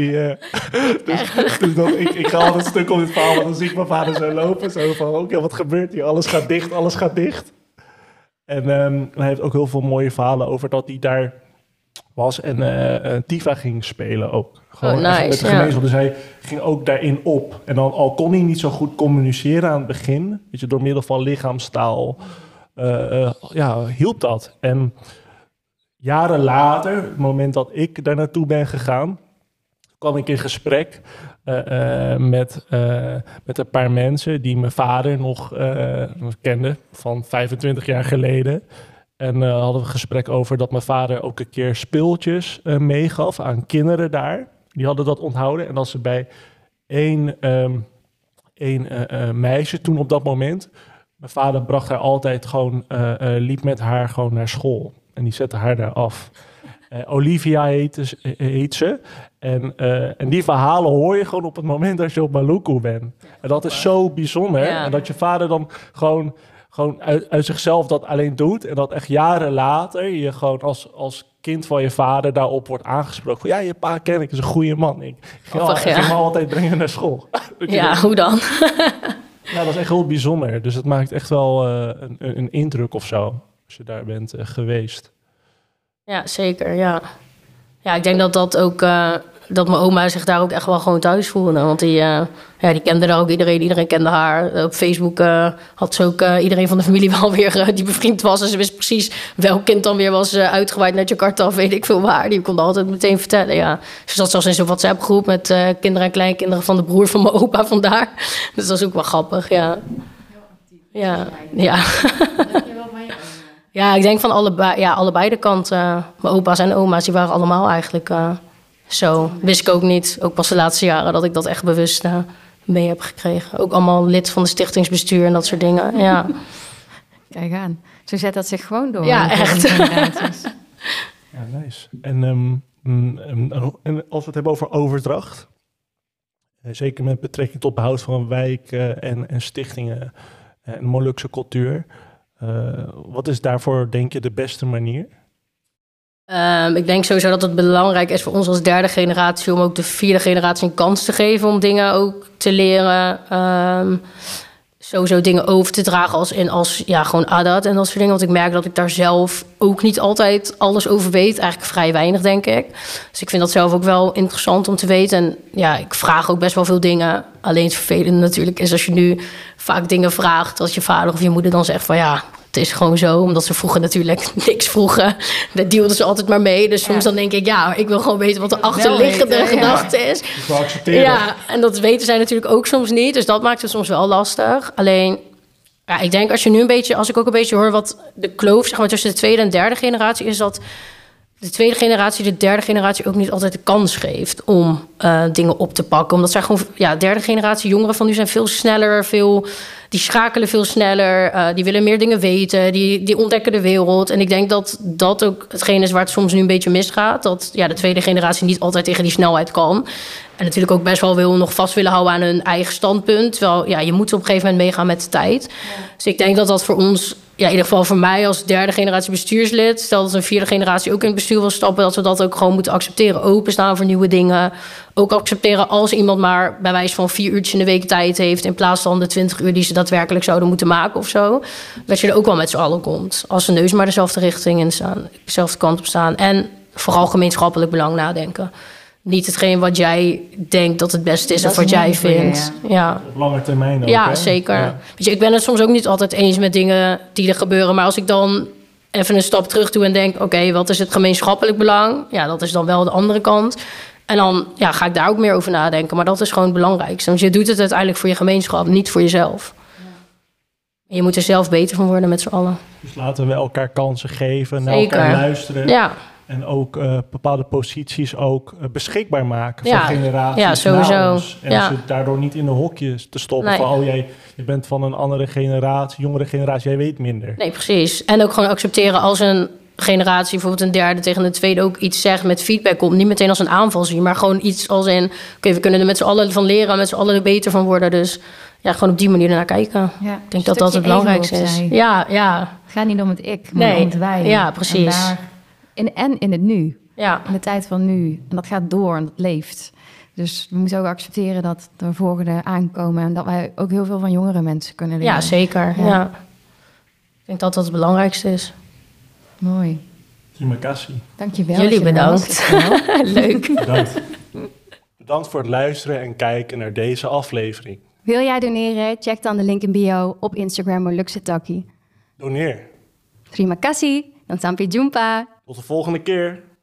Dus ik ga altijd een stuk op dit verhaal, want dan zie ik mijn vader zo lopen. Zo van, oké, wat gebeurt hier? Alles gaat dicht, alles gaat dicht. En hij heeft ook heel veel mooie verhalen over dat hij daar was en Tifa ging spelen ook. Gewoon nice, met de gemeenschap. Dus hij ging ook daarin op. En dan al kon hij niet zo goed communiceren aan het begin, weet je, door middel van lichaamstaal, hielp dat. En jaren later, het moment dat ik daar naartoe ben gegaan, kwam ik in gesprek met een paar mensen die mijn vader nog kende van 25 jaar geleden. En hadden we een gesprek over dat mijn vader ook een keer speeltjes meegaf aan kinderen daar. Die hadden dat onthouden. En als ze bij één meisje toen op dat moment, mijn vader bracht haar altijd gewoon, liep met haar gewoon naar school. En die zette haar daar af. Olivia heet ze. En die verhalen hoor je gewoon op het moment dat je op Maluku bent. En dat is zo bijzonder. Ja. En dat je vader dan gewoon uit zichzelf dat alleen doet. En dat echt jaren later je gewoon als kind van je vader daarop wordt aangesproken. Van, ja, je pa ken ik, is een goede man. Ik ging hem altijd brengen naar school. Ja, hoe dan? Ja, dat is echt heel bijzonder. Dus het maakt echt wel een indruk of zo. Als je daar bent geweest. Ja, zeker, ja. Ja, ik denk dat ook... dat mijn oma zich daar ook echt wel gewoon thuis voelde. Want die kende daar ook iedereen. Iedereen kende haar. Op Facebook had ze ook iedereen van de familie wel weer die bevriend was. En ze wist precies welk kind dan weer was uitgewaaid naar Jakarta of weet ik veel waar. Die kon altijd meteen vertellen, ja. Ze zat zelfs in zo'n WhatsApp-groep met kinderen en kleinkinderen van de broer van mijn opa vandaar. Dus dat is ook wel grappig, ja. Ja. Ja, ik denk van allebei de kanten. Mijn opa's en oma's, die waren allemaal eigenlijk zo. Wist ik ook niet, ook pas de laatste jaren, dat ik dat echt bewust mee heb gekregen. Ook allemaal lid van de stichtingsbestuur en dat soort dingen, ja. Kijk aan. Zo zet dat zich gewoon door. Ja, echt. Ja, nice. En als we het hebben over overdracht, zeker met betrekking tot behoud van wijken en stichtingen en Molukse cultuur, wat is daarvoor, denk je, de beste manier? Ik denk sowieso dat het belangrijk is voor ons als derde generatie om ook de vierde generatie een kans te geven om dingen ook te leren. Sowieso dingen over te dragen als gewoon adat en dat soort dingen. Want ik merk dat ik daar zelf ook niet altijd alles over weet. Eigenlijk vrij weinig, denk ik. Dus ik vind dat zelf ook wel interessant om te weten. En ja, ik vraag ook best wel veel dingen. Alleen het vervelende natuurlijk is als je nu vaak dingen vraagt, als je vader of je moeder dan zegt van ja, het is gewoon zo, omdat ze vroeger natuurlijk niks vroegen. Daar dealden ze altijd maar mee. Dus soms dan denk ik, ja, ik wil gewoon weten wat de achterliggende gedachte is. Ik wil accepteren. Ja, en dat weten zij natuurlijk ook soms niet. Dus dat maakt het soms wel lastig. Alleen, ja, ik denk als ik ook een beetje hoor wat de kloof zeg maar, tussen de tweede en derde generatie is, dat de tweede generatie de derde generatie ook niet altijd de kans geeft om dingen op te pakken. Omdat zij gewoon, derde generatie jongeren van nu zijn veel sneller, die schakelen veel sneller, die willen meer dingen weten, die ontdekken de wereld. En ik denk dat dat ook hetgeen is waar het soms nu een beetje misgaat. Dat de tweede generatie niet altijd tegen die snelheid kan. En natuurlijk ook best wel nog vast willen houden aan hun eigen standpunt. Terwijl je moet op een gegeven moment meegaan met de tijd. Ja. Dus ik denk dat dat voor ons, in ieder geval voor mij als derde generatie bestuurslid, stel dat een vierde generatie ook in het bestuur wil stappen, dat we dat ook gewoon moeten accepteren. Openstaan voor nieuwe dingen. Ook accepteren als iemand maar bij wijze van 4 uurtjes in de week tijd heeft, in plaats van de 20 uur die ze daadwerkelijk zouden moeten maken of zo. Dat je er ook wel met z'n allen komt. Als de neus maar dezelfde richting in staan, dezelfde kant op staan. En vooral gemeenschappelijk belang nadenken. niet hetgeen wat jij denkt dat het beste is Dat of wat is jij niet voor je, vindt. Ja. Op lange termijn ook, Ja, hè? zeker. Ja. Weet je, ik ben het soms ook niet altijd eens met dingen die er gebeuren. Maar als ik dan even een stap terug doe en denk... oké, wat is het gemeenschappelijk belang? Ja, dat is dan wel de andere kant. En dan ga ik daar ook meer over nadenken. Maar dat is gewoon het belangrijkste. Want je doet het uiteindelijk voor je gemeenschap, niet voor jezelf. En je moet er zelf beter van worden met z'n allen. Dus laten we elkaar kansen geven, naar Zeker. elkaar luisteren. Ja, En ook bepaalde posities ook beschikbaar maken Ja. voor generaties Ja, sowieso. na ons. En Ja. ze daardoor niet in de hokjes te stoppen Nee. van... oh, je bent van een andere generatie, jongere generatie, jij weet minder. nee, precies. En ook gewoon accepteren als een generatie... bijvoorbeeld een derde tegen een tweede ook iets zegt met feedback komt. Niet meteen als een aanval zien, maar gewoon iets als in... oké, we kunnen er met z'n allen van leren, met z'n allen er beter van worden. Dus ja, gewoon op die manier ernaar kijken. Ja, Ik denk dat dat het belangrijkste is. Ja, ja, Het gaat niet om het ik, maar Nee. om het wij. Ja, precies. En in het nu. ja. In de tijd van nu. En dat gaat door en dat leeft. Dus we moeten ook accepteren dat er volgende aankomen... en dat wij ook heel veel van jongere mensen kunnen leren. Ja, zeker. Ja. Ja. Ik denk dat dat het belangrijkste is. Mooi. Terima kasih. Dankjewel. Jullie dat je er was. bedankt. Leuk. Bedankt. Bedankt voor het luisteren en kijken naar deze aflevering. Wil jij doneren? Check dan de link in bio op Instagram Molukse Takkie. Doneer. Terima kasih. Dan sampai jumpa. Tot de volgende keer.